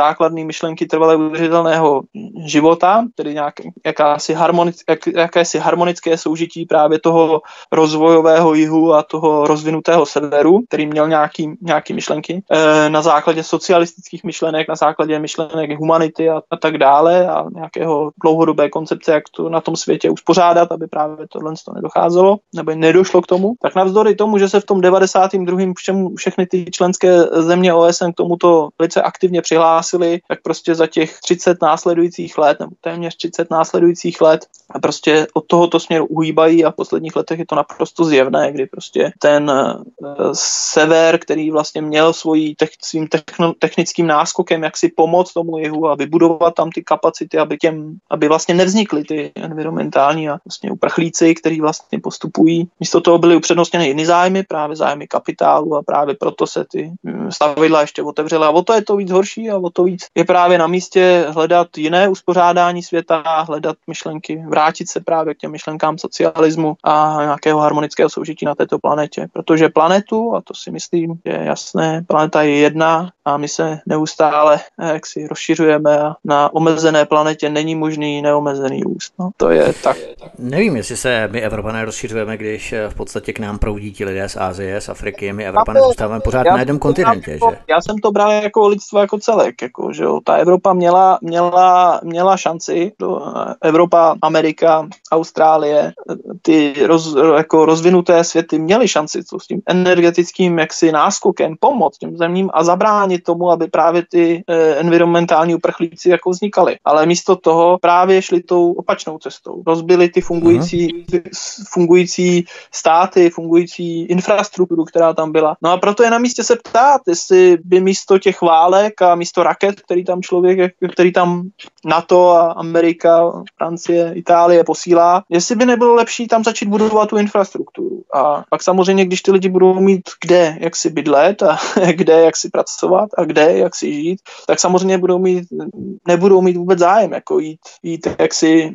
základní myšlenky trvale udržitelného života, tedy nějak, jakási harmonic, jak, jakési harmonické soužití právě toho rozvojového jihu a toho rozvinutého severu, který měl nějaký, nějaký myšlenky, e, na základě socialistických myšlenek, na základě myšlenek humanity a, a tak dále a nějakého dlouhodobé koncepce, jak to na tom světě uspořádat, aby právě tohle to nedocházelo, nebo nedošlo k tomu. Tak navzdory tomu, že se v tom devadesátém druhém všem, všechny ty členské země O S N k tomuto velice aktivně přihlásili, tak prostě za těch třicet následujících let, nebo téměř třicet následujících let, a prostě od tohoto směru uhýbají a v posledních letech je to naprosto zjevné, kdy prostě ten uh, sever, který vlastně měl svojí tech, svým techno, technickým náskokem, jak si pomoct tomu jihu a vybudovat tam ty kapacity, aby těm, aby vlastně nevznikly ty environmentální a vlastně uprchlíci, kteří vlastně postupují. Místo toho byly upřednostněny jiný zájmy, právě zájmy kapitálu a právě proto se ty stavidla ještě otevřely. A o to je to víc horší a o to víc je právě na místě hledat jiné uspořádání světa, hledat myšlenky, vrátit se právě k těm myšlenkám socialismu a nějakého harmonického soužití na této planetě. Protože planetu, a to si myslím, je jasné, planeta je jedna a my se neustále jak si rozšiřujeme a na omezené planetě není možný neomezený růst. No, to je tak. Nevím, jestli se my Evropané rozšiřujeme, když v podstatě k nám proudí ti lidé z Asie, z Afriky, my Evropané zůstáváme pořád já, na jednom kontinentě. Jako, že? Já jsem to bral jako lidstvo jako celek. Jako, že jo. Ta Evropa měla, měla, měla šanci, do Evropa, Amerika, Austrálie, ty roz, jako rozvinuté světy měly šanci s tím energetickým jaksi náskokem pomoct těm zemím a zabránit tomu, aby právě ty eh, environmentální uprchlíci jako vznikaly. Ale místo toho právě šli tou opačnou cestou. Rozbili ty fungující, uh-huh. fungující státy, fungující infrastrukturu, která tam byla. No a proto je na místě se ptát, jestli by místo těch válek a místo raket, který tam člověk, který tam NATO a Amerika, Francie, Itálie posílá, jestli by nebylo lepší tam začít budovat tu infrastrukturu. A pak samozřejmě, když ty lidi budou mít kde, jak si bydlet a kde, jak si pracovat a kde, jak si žít, tak samozřejmě budou mít, nebudou mít vůbec zájem, jako jít, jít jak si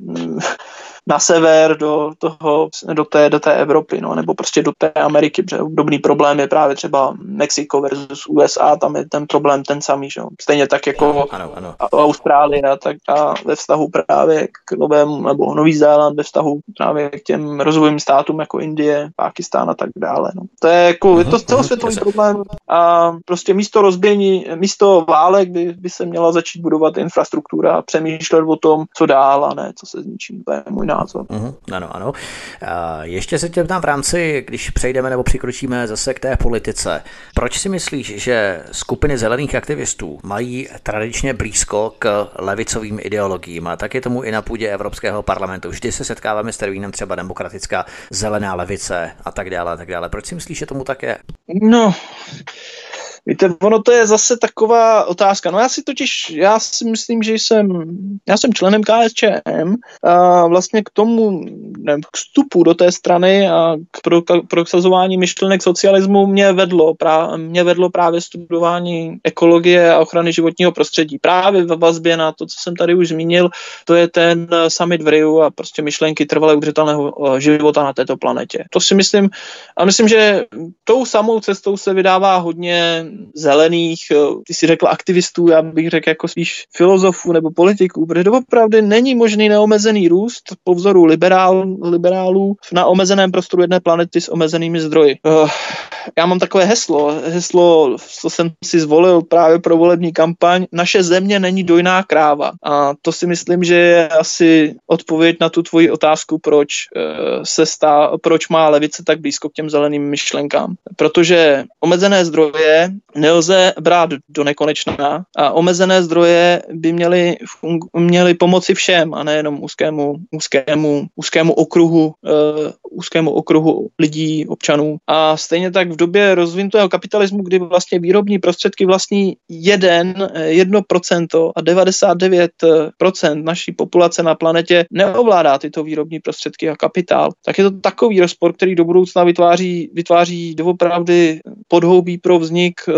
na sever do toho, do té, do té Evropy, no, nebo prostě do té Ameriky, protože obdobný problém je právě třeba Mexiko versus U S A, tam je ten problém ten samý, že? Stejně tak jako ano, ano. Austrálie a, tak, a ve vztahu právě k novému, nebo Nový Zéland ve vztahu právě k těm rozvojovým státům jako Indie, Pákistán a tak dále. No. To je jako, je to celosvětový problém a prostě místo rozbění, místo válek by, by se měla začít budovat infrastruktura a přemýšlet o tom, co dál a ne, co se zničí. To je můj názor. Uh-huh, ano, ano. A ještě se tě ptám v rámci, když přejdeme nebo přikročíme zase k té politice. Proč si myslíš, že skupiny zelených aktivistů mají tradičně blízko k levicovým ideologiím? A tak je tomu i na půdě Evropského parlamentu. Vždy se setkáváme s termínem třeba demokratická zelená levice a tak dále, a tak dále. Proč si myslíš, že tomu tak je? No... Víte, ono to je zase taková otázka. No já si totiž, já si myslím, že jsem, já jsem členem K S Č M a vlastně k tomu, nevím, k vstupu do té strany a k pro, prosazování myšlenek socialismu mě vedlo, prá, mě vedlo právě studování ekologie a ochrany životního prostředí. Právě ve vazbě na to, co jsem tady už zmínil, to je ten summit v Riu a prostě myšlenky trvale udržitelného života na této planetě. To si myslím, a myslím, že tou samou cestou se vydává hodně zelených, ty si řekl aktivistů, já bych řekl jako spíš filozofů nebo politiků, protože opravdu není možný neomezený růst po vzoru liberál, liberálů na omezeném prostoru jedné planety s omezenými zdroji. Uh, já mám takové heslo, heslo, co jsem si zvolil právě pro volební kampaň, naše země není dojná kráva. A to si myslím, že je asi odpověď na tu tvoji otázku, proč uh, se stá, proč má levice tak blízko k těm zeleným myšlenkám. Protože omezené zdroje nelze brát do nekonečna a omezené zdroje by měly, fungu, měly pomoci všem a nejenom úzkému, úzkému, úzkému okruhu, uh, úzkému okruhu lidí, občanů. A stejně tak v době rozvinutého kapitalismu, kdy vlastně výrobní prostředky vlastní jeden, jedno procento a devadesát devět procent naší populace na planetě neovládá tyto výrobní prostředky a kapitál, tak je to takový rozpor, který do budoucna vytváří, vytváří doopravdy podhoubí pro vznik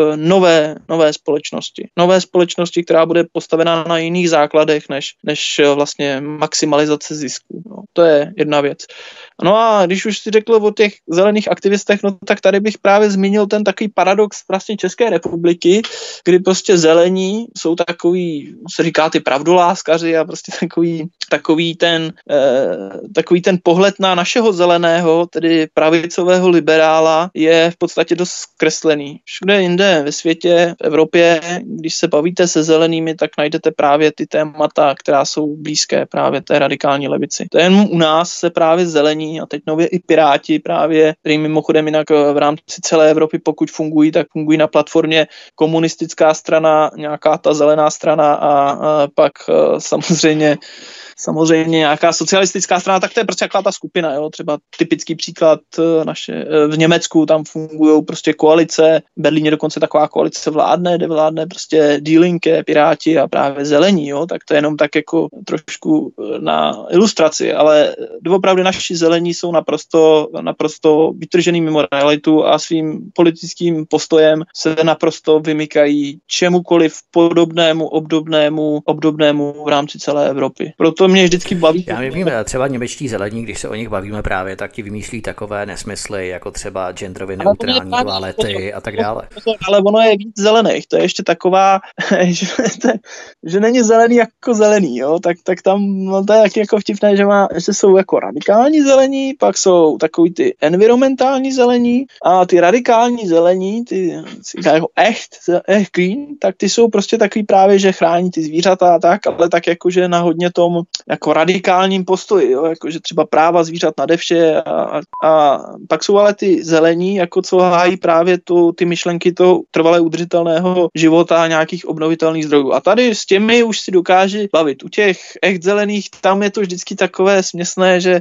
nové, nové společnosti. Nové společnosti, která bude postavená na jiných základech, než, než vlastně maximalizace zisku. No, to je jedna věc. No a když už si řekl o těch zelených aktivistech, no tak tady bych právě zmínil ten takový paradox vlastně České republiky, kdy prostě zelení jsou takový, se říká ty pravdoláskaři a prostě takový, takový ten, eh, takový ten pohled na našeho zeleného, tedy pravicového liberála, je v podstatě dost zkreslený. Všude jinde ve světě, v Evropě, když se bavíte se zelenými, tak najdete právě ty témata, která jsou blízké právě té radikální levici. To jen u nás se právě zelení a teď nově i Piráti právě, který mimochodem jinak v rámci celé Evropy, pokud fungují, tak fungují na platformě komunistická strana, nějaká ta zelená strana a, a pak samozřejmě samozřejmě nějaká socialistická strana, tak to je prostě jaká ta skupina, jo, třeba typický příklad naše, v Německu tam fungují prostě koalice, v Berlíně dokonce taková koalice vládne, kde vládne prostě Die Linke, Piráti a právě zelení, jo, tak to je jenom tak jako trošku na ilustraci, ale doopravdy naši zelení jsou naprosto, naprosto vytržený mimo realitu a svým politickým postojem se naprosto vymykají čemukoliv podobnému, obdobnému, obdobnému v rámci celé Evropy. Proto mě vždycky baví. Já vím, třeba němečtí zelení, když se o nich bavíme právě, tak ti vymýšlí takové nesmysly, jako třeba genderově neutrální toalety a tak dále. Ale ono je víc zelených, to je ještě taková, že, to, že není zelený jako zelený, jo, tak, tak tam no, to je taky jako vtipné, že, má, že jsou jako radikální zelení, pak jsou takový ty environmentální zelení a ty radikální zelení, ty jako echt, echt green, tak ty jsou prostě takový právě, že chrání ty zvířata a tak, ale tak jako, že na hodně tom jako radikálním postoji, jo, jako, že třeba práva zvířat nade vše a, a pak jsou ale ty zelení, jako co hájí právě tu, ty myšlenky toho trvale udržitelného života a nějakých obnovitelných zdrojů. A tady s těmi už si dokáže bavit. U těch echt zelených tam je to vždycky takové směsné, že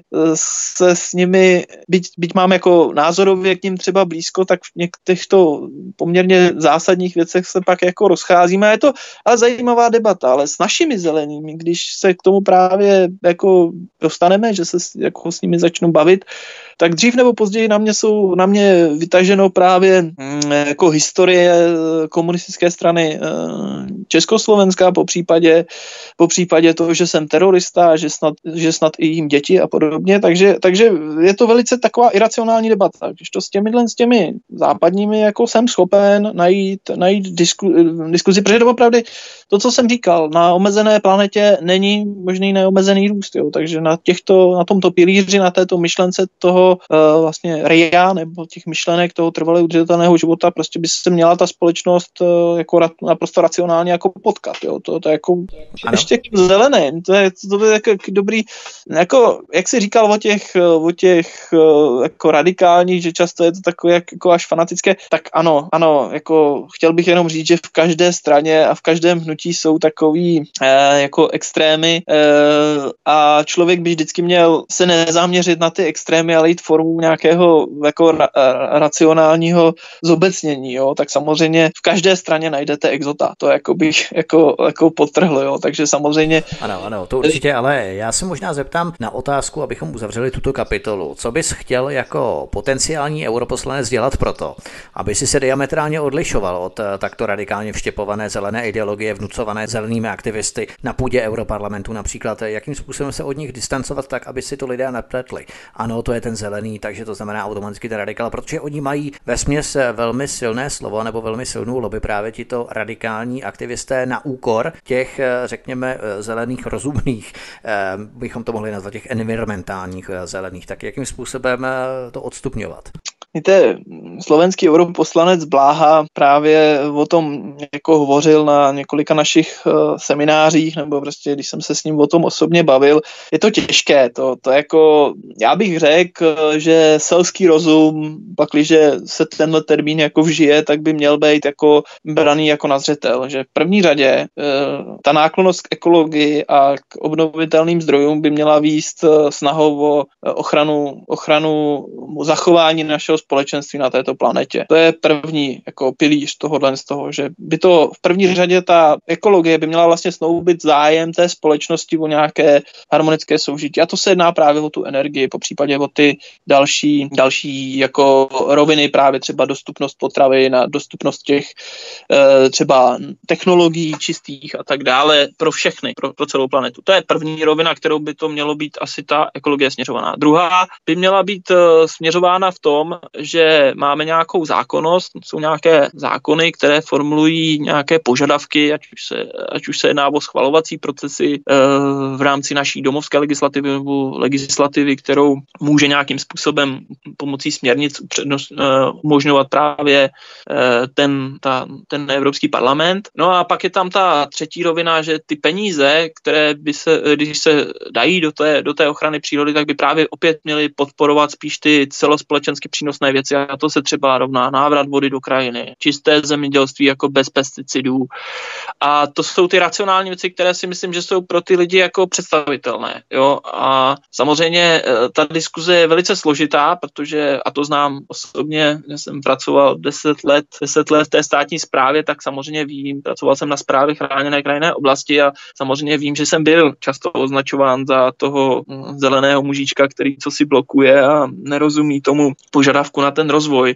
se s nimi, byť, byť mám jako názorově k ním třeba blízko, tak v některýchto poměrně zásadních věcech se pak jako rozcházíme. Je to ale zajímavá debata, ale s našimi zelenými, když se k tomu právě jako dostaneme, že se jako s nimi začnu bavit, tak dřív nebo později na mě jsou na mě vytaženo právě mm, jako historie komunistické strany Československa, po případě, po případě toho, že jsem terorista, že snad, že snad i jim děti a podobně, takže, takže je to velice taková iracionální debata, když to s těmi, s těmi západními jako jsem schopen najít, najít disku, diskuzi, protože opravdu to, co jsem říkal, na omezené planetě není možný neomezený růst, jo, takže na těchto, na tomto pilíři, na této myšlence toho uh, vlastně R I A nebo těch myšlenek toho trvale udržitelného života prostě by se měla ta společnost uh, jako ra, naprosto racionálně jako potkat, jo, to, to je jako ano. Ještě zelený, to je, to je jako dobrý, jako, jak jsi říkal o těch, o těch uh, jako radikálních, že často je to takové jako až fanatické, tak ano, ano, jako chtěl bych jenom říct, že v každé straně a v každém hnutí jsou takový uh, jako extrémy uh, a člověk by vždycky měl se nezaměřit na ty extrémy, ale jít formou nějakého jako ra- racionálního zobecnění, jo, tak samozřejmě v každé straně najdete exota, to jako bych jako, jako podtrhl, jo, takže samozřejmě. Ano, ano, to určitě, ale já se možná zeptám na otázku, abychom uzavřeli tuto kapitolu. Co bys chtěl jako potenciální europoslanec dělat proto, aby si se diametrálně odlišoval od takto radikálně vštěpované zelené ideologie vnucované zelenými aktivisty na půdě Europarlamentu například, jakým způsobem se od nich distancovat tak, aby si to lidé nepletli. Ano, to je ten zelený, takže to znamená automaticky ten radikál, protože oni mají vesměs velmi silné slovo nebo velmi silnou lobby právě tito radikální aktivisté na úkor těch, řekněme, zelených rozumných, bychom to mohli nazvat těch environmentálních zelených. Tak jakým způsobem to odstupňovat? Víte, slovenský europoslanec Bláha právě o tom jako hovořil na několika našich uh, seminářích, nebo prostě když jsem se s ním o tom osobně bavil. Je to těžké, to, to jako, já bych řekl, že selský rozum, pakliže se tenhle termín jako vžije, tak by měl být jako braný jako na zřetel, že v první řadě uh, ta náklonnost k ekologii a k obnovitelným zdrojům by měla vést uh, snahou o ochranu, ochranu zachování našeho společenství na této planetě. To je první jako pilíř tohohle z toho, že by to v první řadě ta ekologie by měla vlastně snoubit zájem té společnosti o nějaké harmonické soužití. A to se jedná právě o tu energii, po případě o ty další, další jako roviny, právě třeba dostupnost potravy, na dostupnost těch e, třeba technologií čistých a tak dále pro všechny, pro, pro celou planetu. To je první rovina, kterou by to mělo být asi ta ekologie směřovaná. Druhá by měla být e, směřována v tom, že máme nějakou zákonnost, jsou nějaké zákony, které formulují nějaké požadavky, ať už se, ať už se jedná o schvalovací procesy e, v rámci naší domovské legislativy nebo legislativy, kterou může nějakým způsobem pomocí směrnic upřednost, e, umožňovat právě e, ten, ta, ten Evropský parlament. No a pak je tam ta třetí rovina, že ty peníze, které by se, když se dají do té, do té ochrany přírody, tak by právě opět měly podporovat spíš ty celospolečensky přínosné věci a to se třeba rovná návrat vody do krajiny, čisté zemědělství jako bez pesticidů. A to jsou ty racionální věci, které si myslím, že jsou pro ty lidi jako představitelné. Jo? A samozřejmě ta diskuze je velice složitá, protože, a to znám osobně, že jsem pracoval deset let, deset let v té státní správě, tak samozřejmě vím, pracoval jsem na správě chráněné krajinné oblasti a samozřejmě vím, že jsem byl často označován za toho zeleného mužička, který co si blokuje a nerozumí tomu požadavku na ten rozvoj.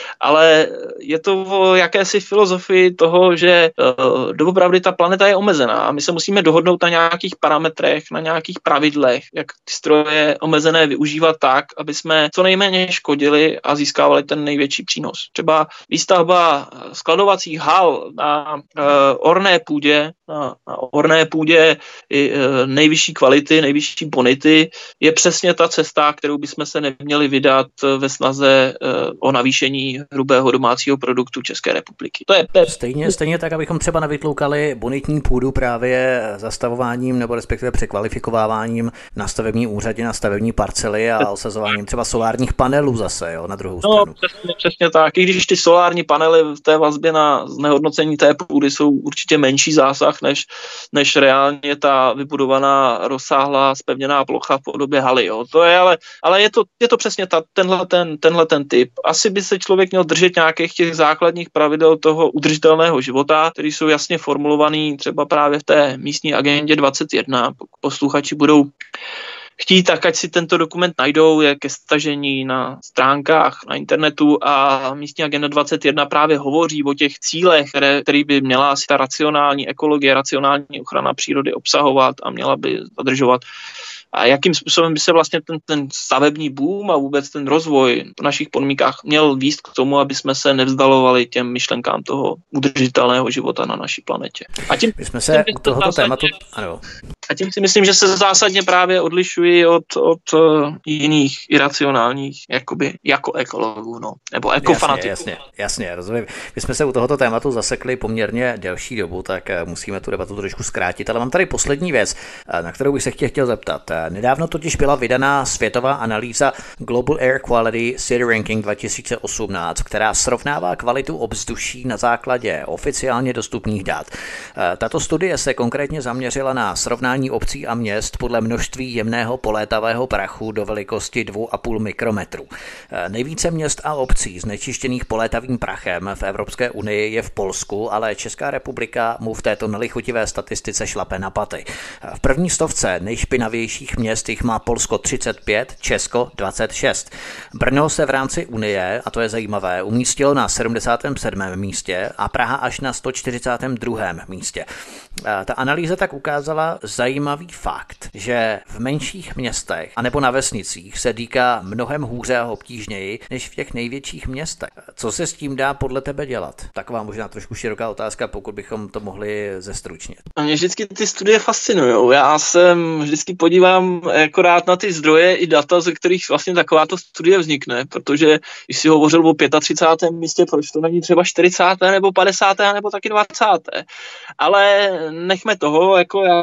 Ale je to o jakési filozofii toho, že uh, doopravdy ta planeta je omezená a my se musíme dohodnout na nějakých parametrech, na nějakých pravidlech, jak ty stroje omezené využívat tak, aby jsme co nejméně škodili a získávali ten největší přínos. Třeba výstavba skladovacích hal na uh, orné půdě, na, na orné půdě i, uh, nejvyšší kvality, nejvyšší bonity je přesně ta cesta, kterou bychom se neměli vydat ve snaze uh, o navýšení hrubého domácího produktu České republiky. To je, to je... Stejně, stejně tak, abychom třeba nevytloukali bonitní půdu právě zastavováním nebo respektive překvalifikováváním na stavební úřadě, na stavební parcely a osazováním třeba solárních panelů zase, jo, na druhou stranu. No, přesně, přesně tak. I když ty solární panely v té vazbě na znehodnocení té půdy jsou určitě menší zásah, než, než reálně ta vybudovaná rozsáhlá zpevněná plocha v podobě haly. Jo. To je, ale, ale je to, je to přesně ta, tenhle, ten, tenhle ten typ. Asi by se člověk měl držet nějakých těch základních pravidel toho udržitelného života, které jsou jasně formulovaný třeba právě v té místní agendě dvacet jedna. Pokud posluchači budou chtít, tak ať si tento dokument najdou, je ke stažení na stránkách na internetu a místní agenda dvacet jedna právě hovoří o těch cílech, které, který by měla asi ta racionální ekologie, racionální ochrana přírody obsahovat a měla by zadržovat. A jakým způsobem by se vlastně ten, ten stavební boom a vůbec ten rozvoj v našich podmínkách měl vést k tomu, aby jsme se nevzdalovali těm myšlenkám toho udržitelného života na naší planetě. A tím, My jsme se tím, u tohoto zásadně, tématu... Ano. A tím si myslím, že se zásadně právě odlišují od, od uh, jiných iracionálních, jakoby, jako ekologů, no, nebo ekofanatiků. Jasně, jasně, jasně, rozumím. My jsme se u tohoto tématu zasekli poměrně delší dobu, tak musíme tu debatu trošku zkrátit, ale mám tady poslední věc, na kterou bych se chtěl, chtěl zeptat. Nedávno totiž byla vydaná světová analýza Global Air Quality City Ranking dva tisíce osmnáct, která srovnává kvalitu ovzduší na základě oficiálně dostupných dat. Tato studie se konkrétně zaměřila na srovnání obcí a měst podle množství jemného polétavého prachu do velikosti dva a půl mikrometru. Nejvíce měst a obcí znečištěných polétavým prachem v Evropské unii je v Polsku, ale Česká republika mu v této nelichotivé statistice šlape na paty. V první stovce nejšpinavějších měst jich má Polsko třicet pět, Česko dvacet šest. Brno se v rámci Unie, a to je zajímavé, umístilo na sedmdesátém sedmém místě a Praha až na sto čtyřicátém druhém místě. Ta analýza tak ukázala zajímavý fakt, že v menších městech anebo na vesnicích se dýká mnohem hůře a obtížněji než v těch největších městech. Co se s tím dá podle tebe dělat? Taková možná trošku široká otázka, pokud bychom to mohli zestručnit. A mě vždycky ty studie fascinují. Já jsem vždycky podívám akorát na ty zdroje i data, ze kterých vlastně takováto studie vznikne, protože když si hovořil o třicátém pátém místě, proč to není třeba čtyřicátém nebo padesátém nebo taky dvacátém Ale nechme toho, jako já budu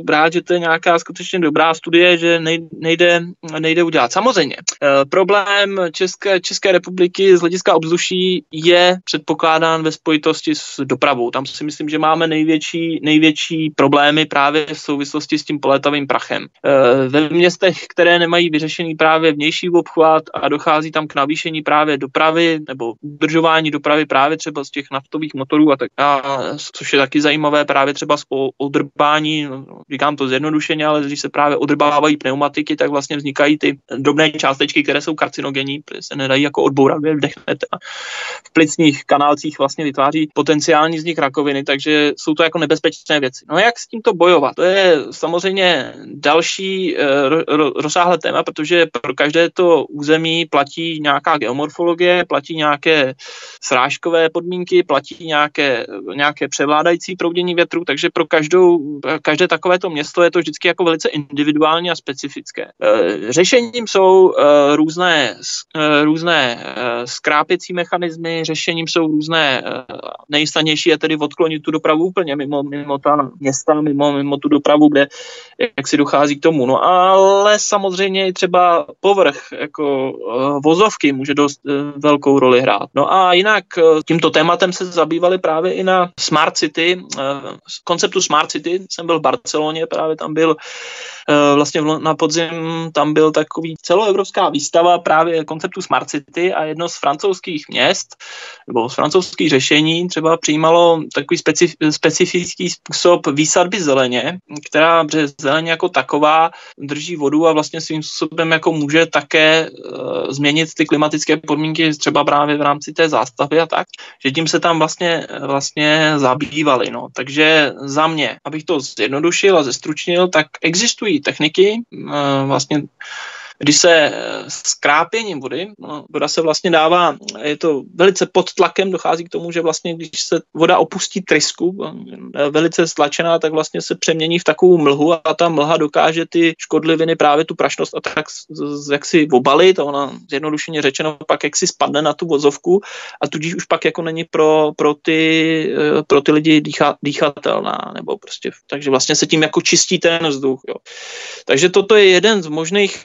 brát, že to je nějaká skutečně dobrá studie, že nejde, nejde udělat. Samozřejmě, problém České, České republiky z hlediska ovzduší je předpokládán ve spojitosti s dopravou. Tam si myslím, že máme největší, největší problémy právě v souvislosti s tím polétavým prachem. Ve městech, které nemají vyřešený právě vnější obchvat a dochází tam k navýšení právě dopravy nebo udržování dopravy právě třeba z těch naftových motorů, a tak, a, což je taky zajímavé právě třeba o odrbání, říkám to zjednodušeně, ale když se právě odrbávají pneumatiky, tak vlastně vznikají ty drobné částečky, které jsou karcinogenní, protože se nedají jako odbourat, vdechnete a v plicních kanálcích vlastně vytváří potenciální vznik rakoviny, takže jsou to jako nebezpečné věci. No jak s tímto bojovat? To je samozřejmě další ro, ro, rozsáhlé téma, protože pro každé to území platí nějaká geomorfologie, platí nějaké srážkové podmínky, platí nějaké, nějaké převládající proudění větru, takže pro každou, každé takovéto město je to vždycky jako velice individuální a specifické. Řešením jsou různé, různé skrápěcí mechanismy, řešením jsou různé, nejsnadnější je tedy odklonit tu dopravu úplně mimo, mimo ta města, mimo, mimo tu dopravu, kde jak si dochází k tomu. No ale samozřejmě i třeba povrch, jako vozovky může dost velkou roli hrát. No a jinak tímto tématem se zabývali právě i na Smart City, konceptu Smart City, jsem byl v Barceloně, právě tam byl vlastně na podzim, tam byl takový celoevropská výstava právě konceptu Smart City a jedno z francouzských měst, nebo z francouzských řešení třeba přijímalo takový specif, specifický způsob výsadby zeleně, která přes zeleně jako taková drží vodu a vlastně svým způsobem jako může také uh, změnit ty klimatické podmínky třeba právě v rámci té zástavby a tak, že tím se tam vlastně, vlastně zabývali. No. Takže za mě, abych to zjednodušil a zestručnil, tak existují techniky, uh, vlastně když se s krápěním vody, no, voda se vlastně dává, je to velice pod tlakem, dochází k tomu, že vlastně když se voda opustí trysku, velice stlačená, tak vlastně se přemění v takovou mlhu a ta mlha dokáže ty škodliviny, právě tu prašnost a tak jak si obalit a ona zjednodušeně řečeno pak jak si spadne na tu vozovku a tudíž už pak jako není pro, pro, ty, pro ty lidi dýcha, dýchatelná, nebo prostě, takže vlastně se tím jako čistí ten vzduch. Jo. Takže toto je jeden z možných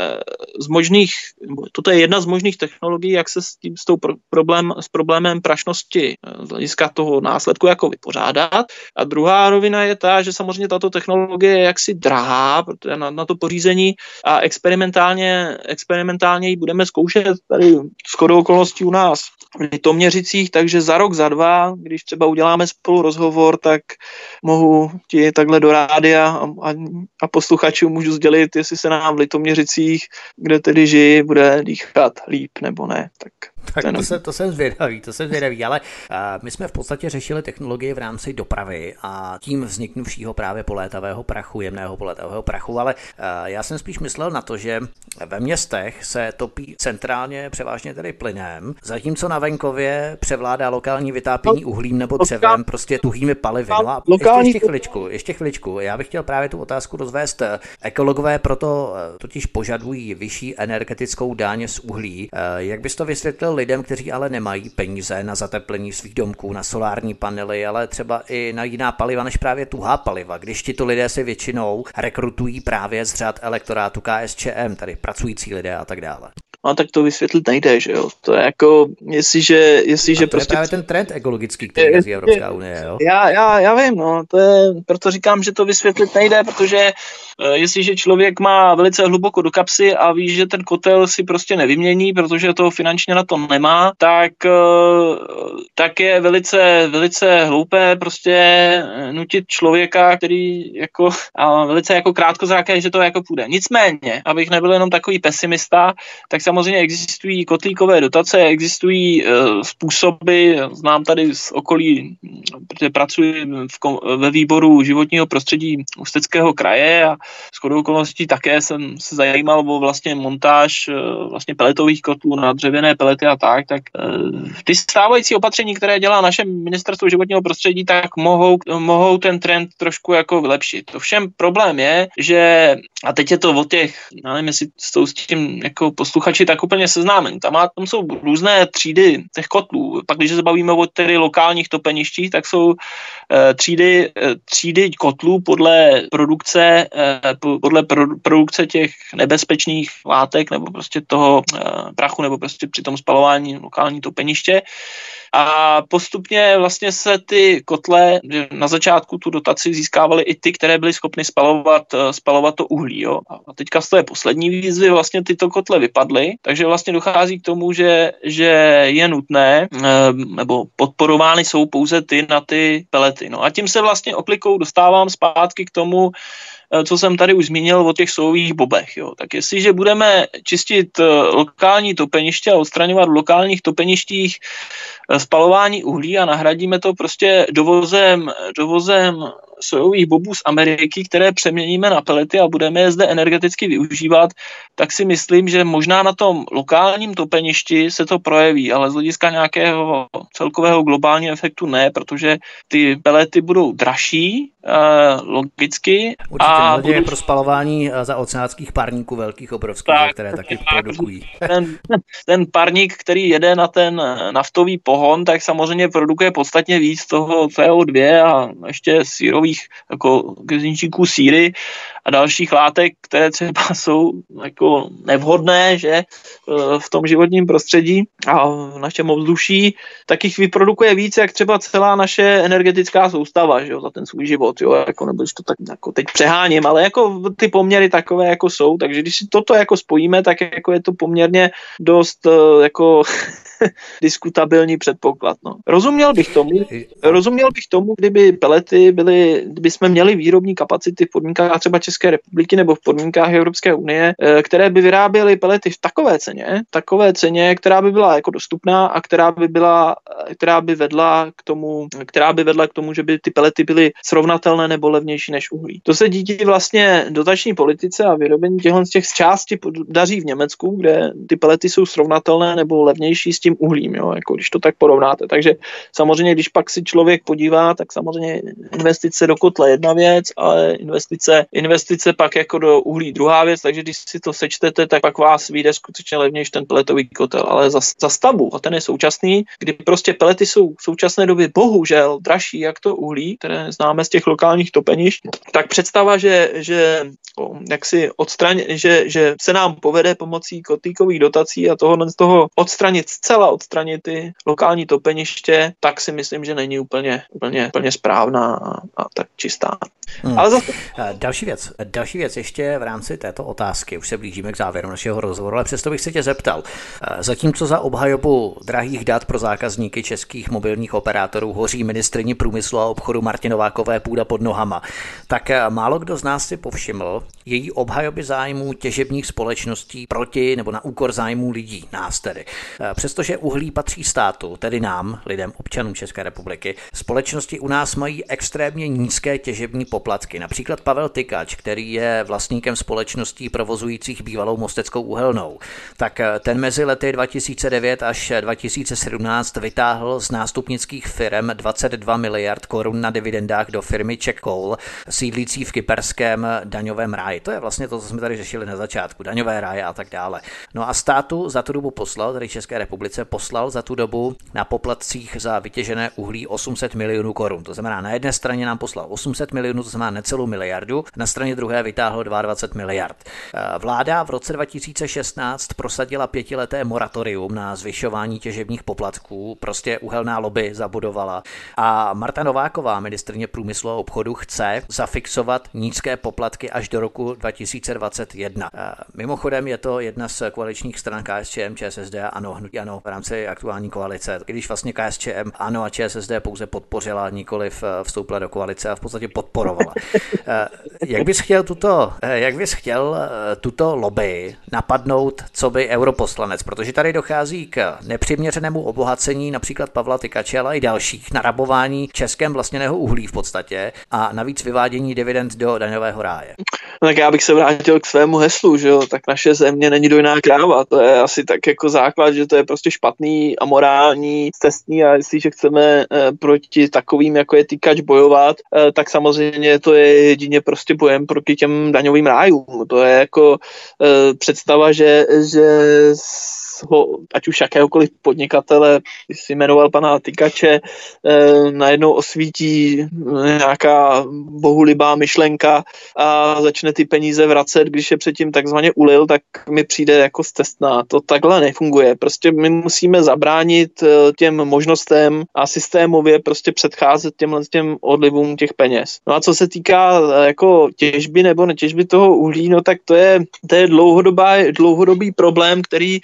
z možných, toto je jedna z možných technologií, jak se s tím s tou problém, s problémem prašnosti z hlediska toho následku jako vypořádat. A druhá rovina je ta, že samozřejmě tato technologie je jaksi drahá, protože na, na to pořízení a experimentálně, experimentálně ji budeme zkoušet tady shodou okolností u nás v Litoměřicích, takže za rok, za dva, když třeba uděláme spolu rozhovor, tak mohu ti takhle do rádia a, a, a posluchačům můžu sdělit, jestli se nám v Litoměřicích, kde tedy žijí, bude dýchat líp nebo ne. Tak Tak to, se, to jsem zvědavý, to jsem zvědavý, ale uh, my jsme v podstatě řešili technologie v rámci dopravy a tím vzniknuvšího právě polétavého prachu, jemného polétavého prachu, ale uh, já jsem spíš myslel na to, že ve městech se topí centrálně převážně tedy plynem, zatímco na venkově převládá lokální vytápění uhlím nebo dřevem, prostě tuhými palivy. No a ještě, ještě chviličku, ještě chviličku, já bych chtěl právě tu otázku rozvést. Ekologové proto totiž požadují vyšší energetickou daň z uhlí. Uh, jak bys to vysvětlil lidem, kteří ale nemají peníze na zateplení svých domků, na solární panely, ale třeba i na jiná paliva než právě tuhá paliva, když tito lidé se většinou rekrutují právě z řad elektorátu K S Č M, tady pracující lidé a tak dále. No tak to vysvětlit nejde, že jo. To je jako, jestliže, jestliže to prostě... je právě ten trend ekologický, který je Evropská unie, jo. Já, já, já vím, no, to je, proto říkám, že to vysvětlit nejde, protože uh, jestliže člověk má velice hluboko do kapsy a ví, že ten kotel si prostě nevymění, protože to finančně na to nemá, tak, uh, tak je velice, velice hloupé prostě nutit člověka, který jako, a velice jako krátkozraké, že to jako půjde. Nicméně, abych nebyl jenom takový pesimista, tak samozřejmě existují kotlíkové dotace, existují uh, způsoby, znám tady z okolí, protože pracuji v kom, ve výboru životního prostředí Ústeckého kraje a shodou okolností také jsem se zajímal o vlastně montáž uh, vlastně peletových kotlů na dřevěné pelety a tak, tak uh, ty stávající opatření, které dělá naše ministerstvo životního prostředí, tak mohou, mohou ten trend trošku jako vylepšit. Ovšem problém je, že, a teď je to o těch, nevím, jestli s tím jako posluchač posluchači tak úplně seznámení. Tam, má, tam jsou různé třídy těch kotlů. Pak, když se bavíme o tedy lokálních topeništích, tak jsou e, třídy, e, třídy kotlů podle produkce, e, podle pro, produkce těch nebezpečných látek nebo prostě toho e, prachu nebo prostě při tom spalování lokální topeniště. A postupně vlastně se ty kotle, na začátku tu dotaci získávaly i ty, které byly schopny spalovat, spalovat to uhlí. Jo. A teďka z té poslední výzvy vlastně tyto kotle vypadly, takže vlastně dochází k tomu, že, že je nutné, nebo podporovány jsou pouze ty na ty pelety. No a tím se vlastně oklikou dostávám zpátky k tomu, co jsem tady už zmínil o těch sojových bobech. Jo. Tak jestliže budeme čistit lokální topeniště a odstraňovat v lokálních topeništích spalování uhlí a nahradíme to prostě dovozem, dovozem sojových bobů z Ameriky, které přeměníme na pelety a budeme je zde energeticky využívat, tak si myslím, že možná na tom lokálním topeništi se to projeví, ale z hlediska nějakého celkového globálního efektu ne, protože ty pelety budou dražší, logicky. Určitě a budou... pro spalování za oceánských parníků velkých, obrovských, tak, které taky produkují. Ten, ten parník, který jede na ten naftový pohon, tak samozřejmě produkuje podstatně víc toho C O dva a ještě sírových jako gřinčíků síry a dalších látek, které třeba jsou jako nevhodné, že v tom životním prostředí a v našem ovzduší, tak jich vyprodukuje víc, jak třeba celá naše energetická soustava, že jo, za ten svůj život, jo, jako nebo to tak jako teď přeháním, ale jako ty poměry takové jako jsou, takže když si toto jako spojíme, tak jako je to poměrně dost jako diskutabilní předpoklad, no. Rozuměl bych tomu, rozuměl bych tomu, kdyby pelety byly, kdyby jsme měli výrobní kapacity v podmínkách třeba České republiky nebo v podmínkách Evropské unie, které by vyráběly pelety v takové ceně, takové ceně, která by byla jako dostupná a která by byla, která by vedla k tomu, která by vedla k tomu, že by ty pelety byly srovnatelné nebo levnější než uhlí. To se díky vlastně dotační politice a vyrobení těchto z těch z části daří v Německu, kde ty pelety jsou srovnatelné nebo levnější s tím uhlím, jo, jako když to tak porovnáte. Takže samozřejmě, když pak si člověk podívá, tak samozřejmě investice do kotle jedna věc, ale investice, investice pak jako do uhlí druhá věc, takže když si to sečtete, tak pak vás vyjde skutečně levnější ten peletový kotel, ale za, za stavbu, a ten je současný, kdy prostě pelety jsou v současné době bohužel dražší jak to uhlí, které známe z těch lokálních topenišť, tak představa, že, že jak si odstraň, že, že se nám povede pomocí kotlíkových dotací a toho, z toho odstranit, zcela odstranit ty lokální topeniště, tak si myslím, že není úplně, úplně, úplně správná a, a tak čistá. Hmm. Ale zase... Další věc, další věc ještě v rámci této otázky, už se blížíme k závěru našeho rozhovoru, ale přesto bych se tě zeptal. Zatímco za obhajobu drahých dat pro zákazníky českých mobilních operátorů hoří ministryni průmyslu a obchodu Martě Novákové půda pod nohama, tak málo kdo z nás si povšiml její obhajoby zájmů těžebních společností proti nebo na úkor zájmů lidí, nás tedy. Přestože uhlí patří státu, tedy nám, lidem, občanům České republiky, společnosti u nás mají extrémně nízké těžební poplatky. Například Pavel Tykač, který je vlastníkem společností provozujících bývalou Mosteckou uhelnou, tak ten mezi lety dva tisíce devět až dva tisíce sedmnáct vytáhl z nástupnických firem dvacet dva miliard korun na dividendách do firmy Czech Coal, sídlící v kyperském daňovém ráji. To je vlastně to, co jsme tady řešili na začátku, daňové ráje a tak dále. No a státu za tu dobu poslal, tedy České republice poslal za tu dobu na poplatcích za vytěžené uhlí osm set milionů korun. To znamená, na jedné straně nám poslal osm set milionů, to znamená necelou miliardu, na straně druhé vytáhl dvacet dva miliard. Vláda v roce dva tisíce šestnáct prosadila pětileté moratorium na zvyšování těžebních poplatků, prostě uhelná lobby zabudovala a Marta Nováková, ministryně průmyslu a obchodu, chce zafixovat nízké poplatky až do roku dva tisíce dvacet jedna. Mimochodem je to jedna z koaličních stran K S Č M, Č S S D a ANO, hnutí ANO v rámci aktuální koalice. Když vlastně K S Č M, ANO a Č S S D pouze podpořila, nikoliv vstoupila do koalice a v podstatě podporovala. Jak bys chtěl tuto, jak bys chtěl tuto lobby napadnout, co by europoslanec, protože tady dochází k nepřiměřenému obohacení například Pavla Tykače, ale i dalších, narabování českém vlastněného uhlí v podstatě a navíc vyvádění dividend do daňového ráje. No tak já bych se vrátil k svému heslu, že jo, tak naše země není dojná kráva, to je asi tak jako základ, že to je prostě špatný, amorální, cestný a jestliže chceme e, proti takovým, jako je Týkač, bojovat, e, tak samozřejmě to je jedině prostě bojem proti těm daňovým rájům. To je jako e, představa, že, že ho, ať už jakéhokoliv podnikatele, když si jmenoval pana Týkače, eh, najednou osvítí nějaká bohulibá myšlenka a začne ty peníze vracet, když je předtím takzvaně ulil, tak mi přijde jako zcestná. To takhle nefunguje. Prostě my musíme zabránit eh, těm možnostem a systémově prostě předcházet těmhle těm odlivům těch peněz. No a co se týká eh, jako těžby nebo netěžby toho uhlí, no tak to je, to je dlouhodobá, dlouhodobý problém, který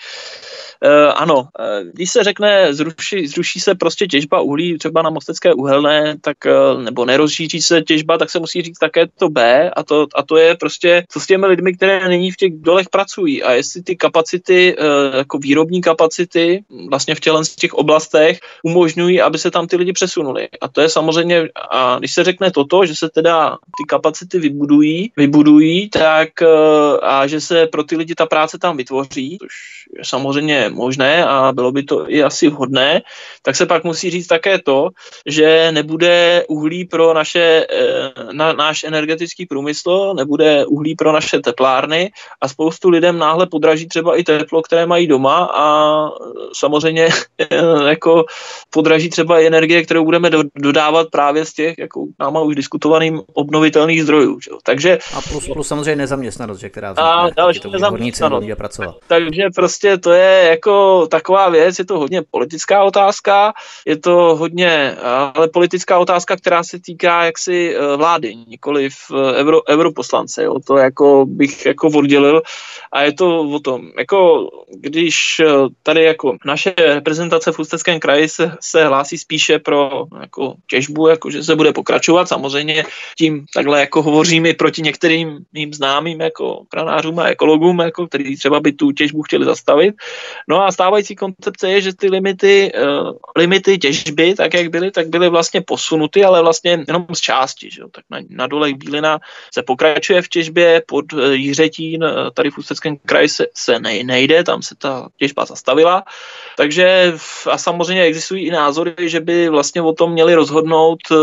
Uh, ano, uh, když se řekne, zruší, zruší se prostě těžba uhlí třeba na Mostecké uhelné, tak, uh, nebo nerozšíří se těžba, tak se musí říct také to B a to, a to je prostě, co s těmi lidmi, které nyní v těch dolech pracují a jestli ty kapacity, uh, jako výrobní kapacity vlastně v těchto z těch oblastech umožňují, aby se tam ty lidi přesunuli. A to je samozřejmě, a když se řekne toto, že se teda ty kapacity vybudují, vybudují, tak uh, a že se pro ty lidi ta práce tam vytvoří, což je samozřejmě možné a bylo by to i asi vhodné, tak se pak musí říct také to, že nebude uhlí pro naše, na, náš energetický průmysl, nebude uhlí pro naše teplárny a spoustu lidem náhle podraží třeba i teplo, které mají doma a samozřejmě jako podraží třeba i energie, kterou budeme do, dodávat právě z těch, jako náma už diskutovaným obnovitelných zdrojů. Že? Takže, a plus, plus samozřejmě nezaměstnanost, že, která vznikne, pracovat. Takže prostě to je jako taková věc, je to hodně politická otázka, je to hodně, ale politická otázka, která se týká jaksi vlády, nikoliv euro, europoslance, jo, to jako bych jako oddělil a je to o tom, jako když tady jako naše reprezentace v Ústeckém kraji se, se hlásí spíše pro jako těžbu, jako že se bude pokračovat, samozřejmě tím takhle jako hovořím i proti některým mým známým jako kranářům a ekologům, jako kteří třeba by tu těžbu chtěli zastavit. No a stávající koncepce je, že ty limity, uh, limity těžby, tak jak byly, tak byly vlastně posunuty, ale vlastně jenom z části. Že? Tak na, na dolech Bílina se pokračuje v těžbě, pod uh, Jiřetín, uh, tady v Ústeckém kraji se, se nej, nejde, tam se ta těžba zastavila. Takže a samozřejmě existují i názory, že by vlastně o tom měli rozhodnout uh,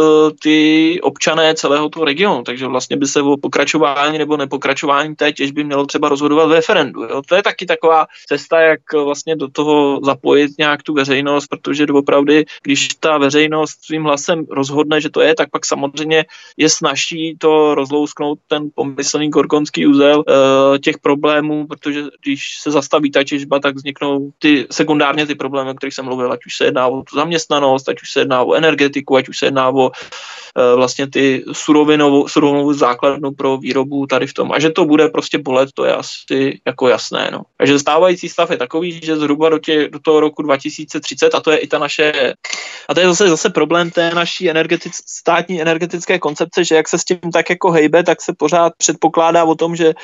ty občané celého toho regionu, takže vlastně by se o pokračování nebo nepokračování té těžby mělo třeba rozhodovat v referendu. Jo? To je taky taková cesta, jak vlastně do toho zapojit nějak tu veřejnost, protože doopravdy, když ta veřejnost svým hlasem rozhodne, že to je, tak pak samozřejmě je snazší to rozlousknout ten pomyslný gorgonský úzel e, těch problémů, protože když se zastaví ta těžba, tak vzniknou ty sekundárně ty problémy, o kterých jsem mluvil, ať už se jedná o tu zaměstnanost, ať už se jedná o energetiku, ať už se jedná o e, vlastně ty surovinovou, surovinovou základnu pro výrobu tady v tom. A že to bude prostě bolet, to je asi jako jasné. No. Takže stávající stav je takový, že zhruba do, tě, do toho roku dva tisíce třicet, a to je i ta naše, a to je zase, zase problém té naší energetic, státní energetické koncepce, že jak se s tím tak jako hejbe, tak se pořád předpokládá o tom, že e,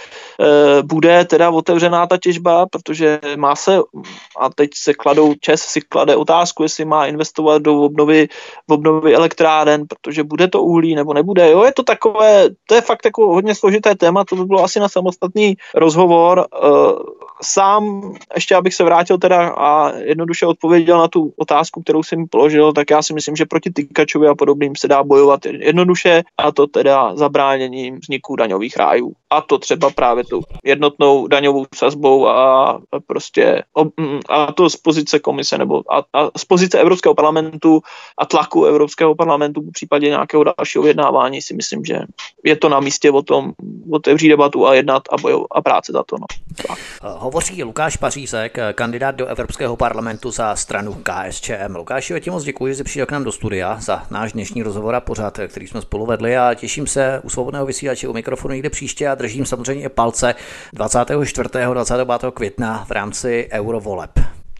bude teda otevřená ta těžba, protože má se, a teď se kladou, ČEZ si klade otázku, jestli má investovat do obnovy, v obnovy elektráren, protože bude to uhlí nebo nebude. Jo, je to takové, to je fakt jako hodně složité téma, to by bylo asi na samostatný rozhovor. E, sám, ještě abych se vrátil teda a jednoduše odpověděl na tu otázku, kterou jsem mi položil, tak já si myslím, že proti Týkačovi a podobným se dá bojovat jednoduše, a to teda zabráněním vzniku daňových rájů. A to třeba právě tou jednotnou daňovou sazbou a prostě a to z pozice komise nebo a, a z pozice Evropského parlamentu a tlaku Evropského parlamentu v případě nějakého dalšího vyjednávání si myslím, že je to na místě o tom otevřít debatu a jednat a bojovat a práce za to. No. Hovoří Lukáš Pařízek, kandidát do Evropského parlamentu za stranu K S Č M. Lukáši, já ti moc děkuji, že jsi přišel k nám do studia za náš dnešní rozhovor a pořad, který jsme spolu vedli, a těším se u Svobodného vysílače u mikrofonu někde příště a držím samozřejmě palce dvacátého čtvrtého dvacátého pátého května v rámci eurovoleb.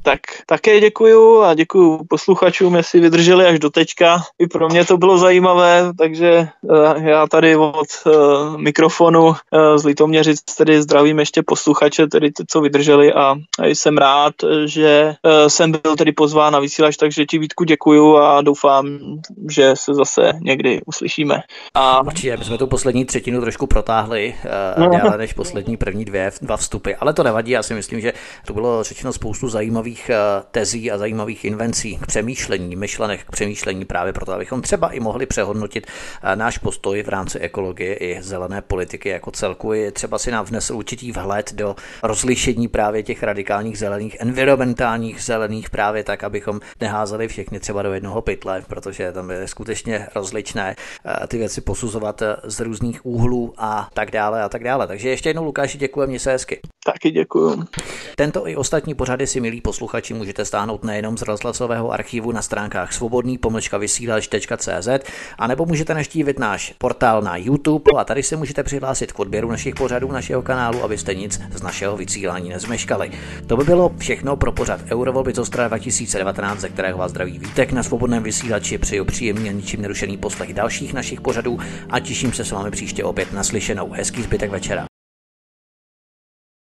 Tak také děkuju a děkuju posluchačům, jestli vydrželi až do teďka. I pro mě to bylo zajímavé, takže já tady od mikrofonu z Litoměřic tedy zdravím ještě posluchače, tedy ty, co vydrželi a jsem rád, že jsem byl tedy pozván na vysílač, takže ti, Vítku, děkuju a doufám, že se zase někdy uslyšíme. A... Určitě, my jsme tu poslední třetinu trošku protáhli, no. Déle než poslední první dvě, dva vstupy, ale to nevadí, já si myslím, že tu bylo řečeno spoustu zajímavých tezí a zajímavých invencí k přemýšlení, myšlenek k přemýšlení právě proto, abychom třeba i mohli přehodnotit náš postoj v rámci ekologie i zelené politiky jako celku. Je třeba si nám vnesl určitý vhled do rozlišení právě těch radikálních zelených, environmentálních zelených právě tak, abychom neházeli všechny třeba do jednoho pytle, protože tam je skutečně rozličné ty věci posuzovat z různých úhlů a tak dále a tak dále. Takže ještě jednou, Lukáši, děkuji, měj se hezky. Taky děkuju. Tento i ostatní pořady si, milí posluchači, můžete stáhnout nejenom z rozhlasového archivu na stránkách svobodný pomlčka vysílač tečka cé zet, anebo můžete navštívit náš portál na YouTube a tady se můžete přihlásit k odběru našich pořadů našeho kanálu, abyste nic z našeho vysílání nezmeškali. To by bylo všechno pro pořad Eurovolby z Ostra dva tisíce devatenáct, ze kterého vás zdraví Vítek na svobodném vysílači. Přeju příjemný a ničím nerušený poslech dalších našich pořadů a těším se s vámi příště opět naslyšenou. Hezký zbytek večera.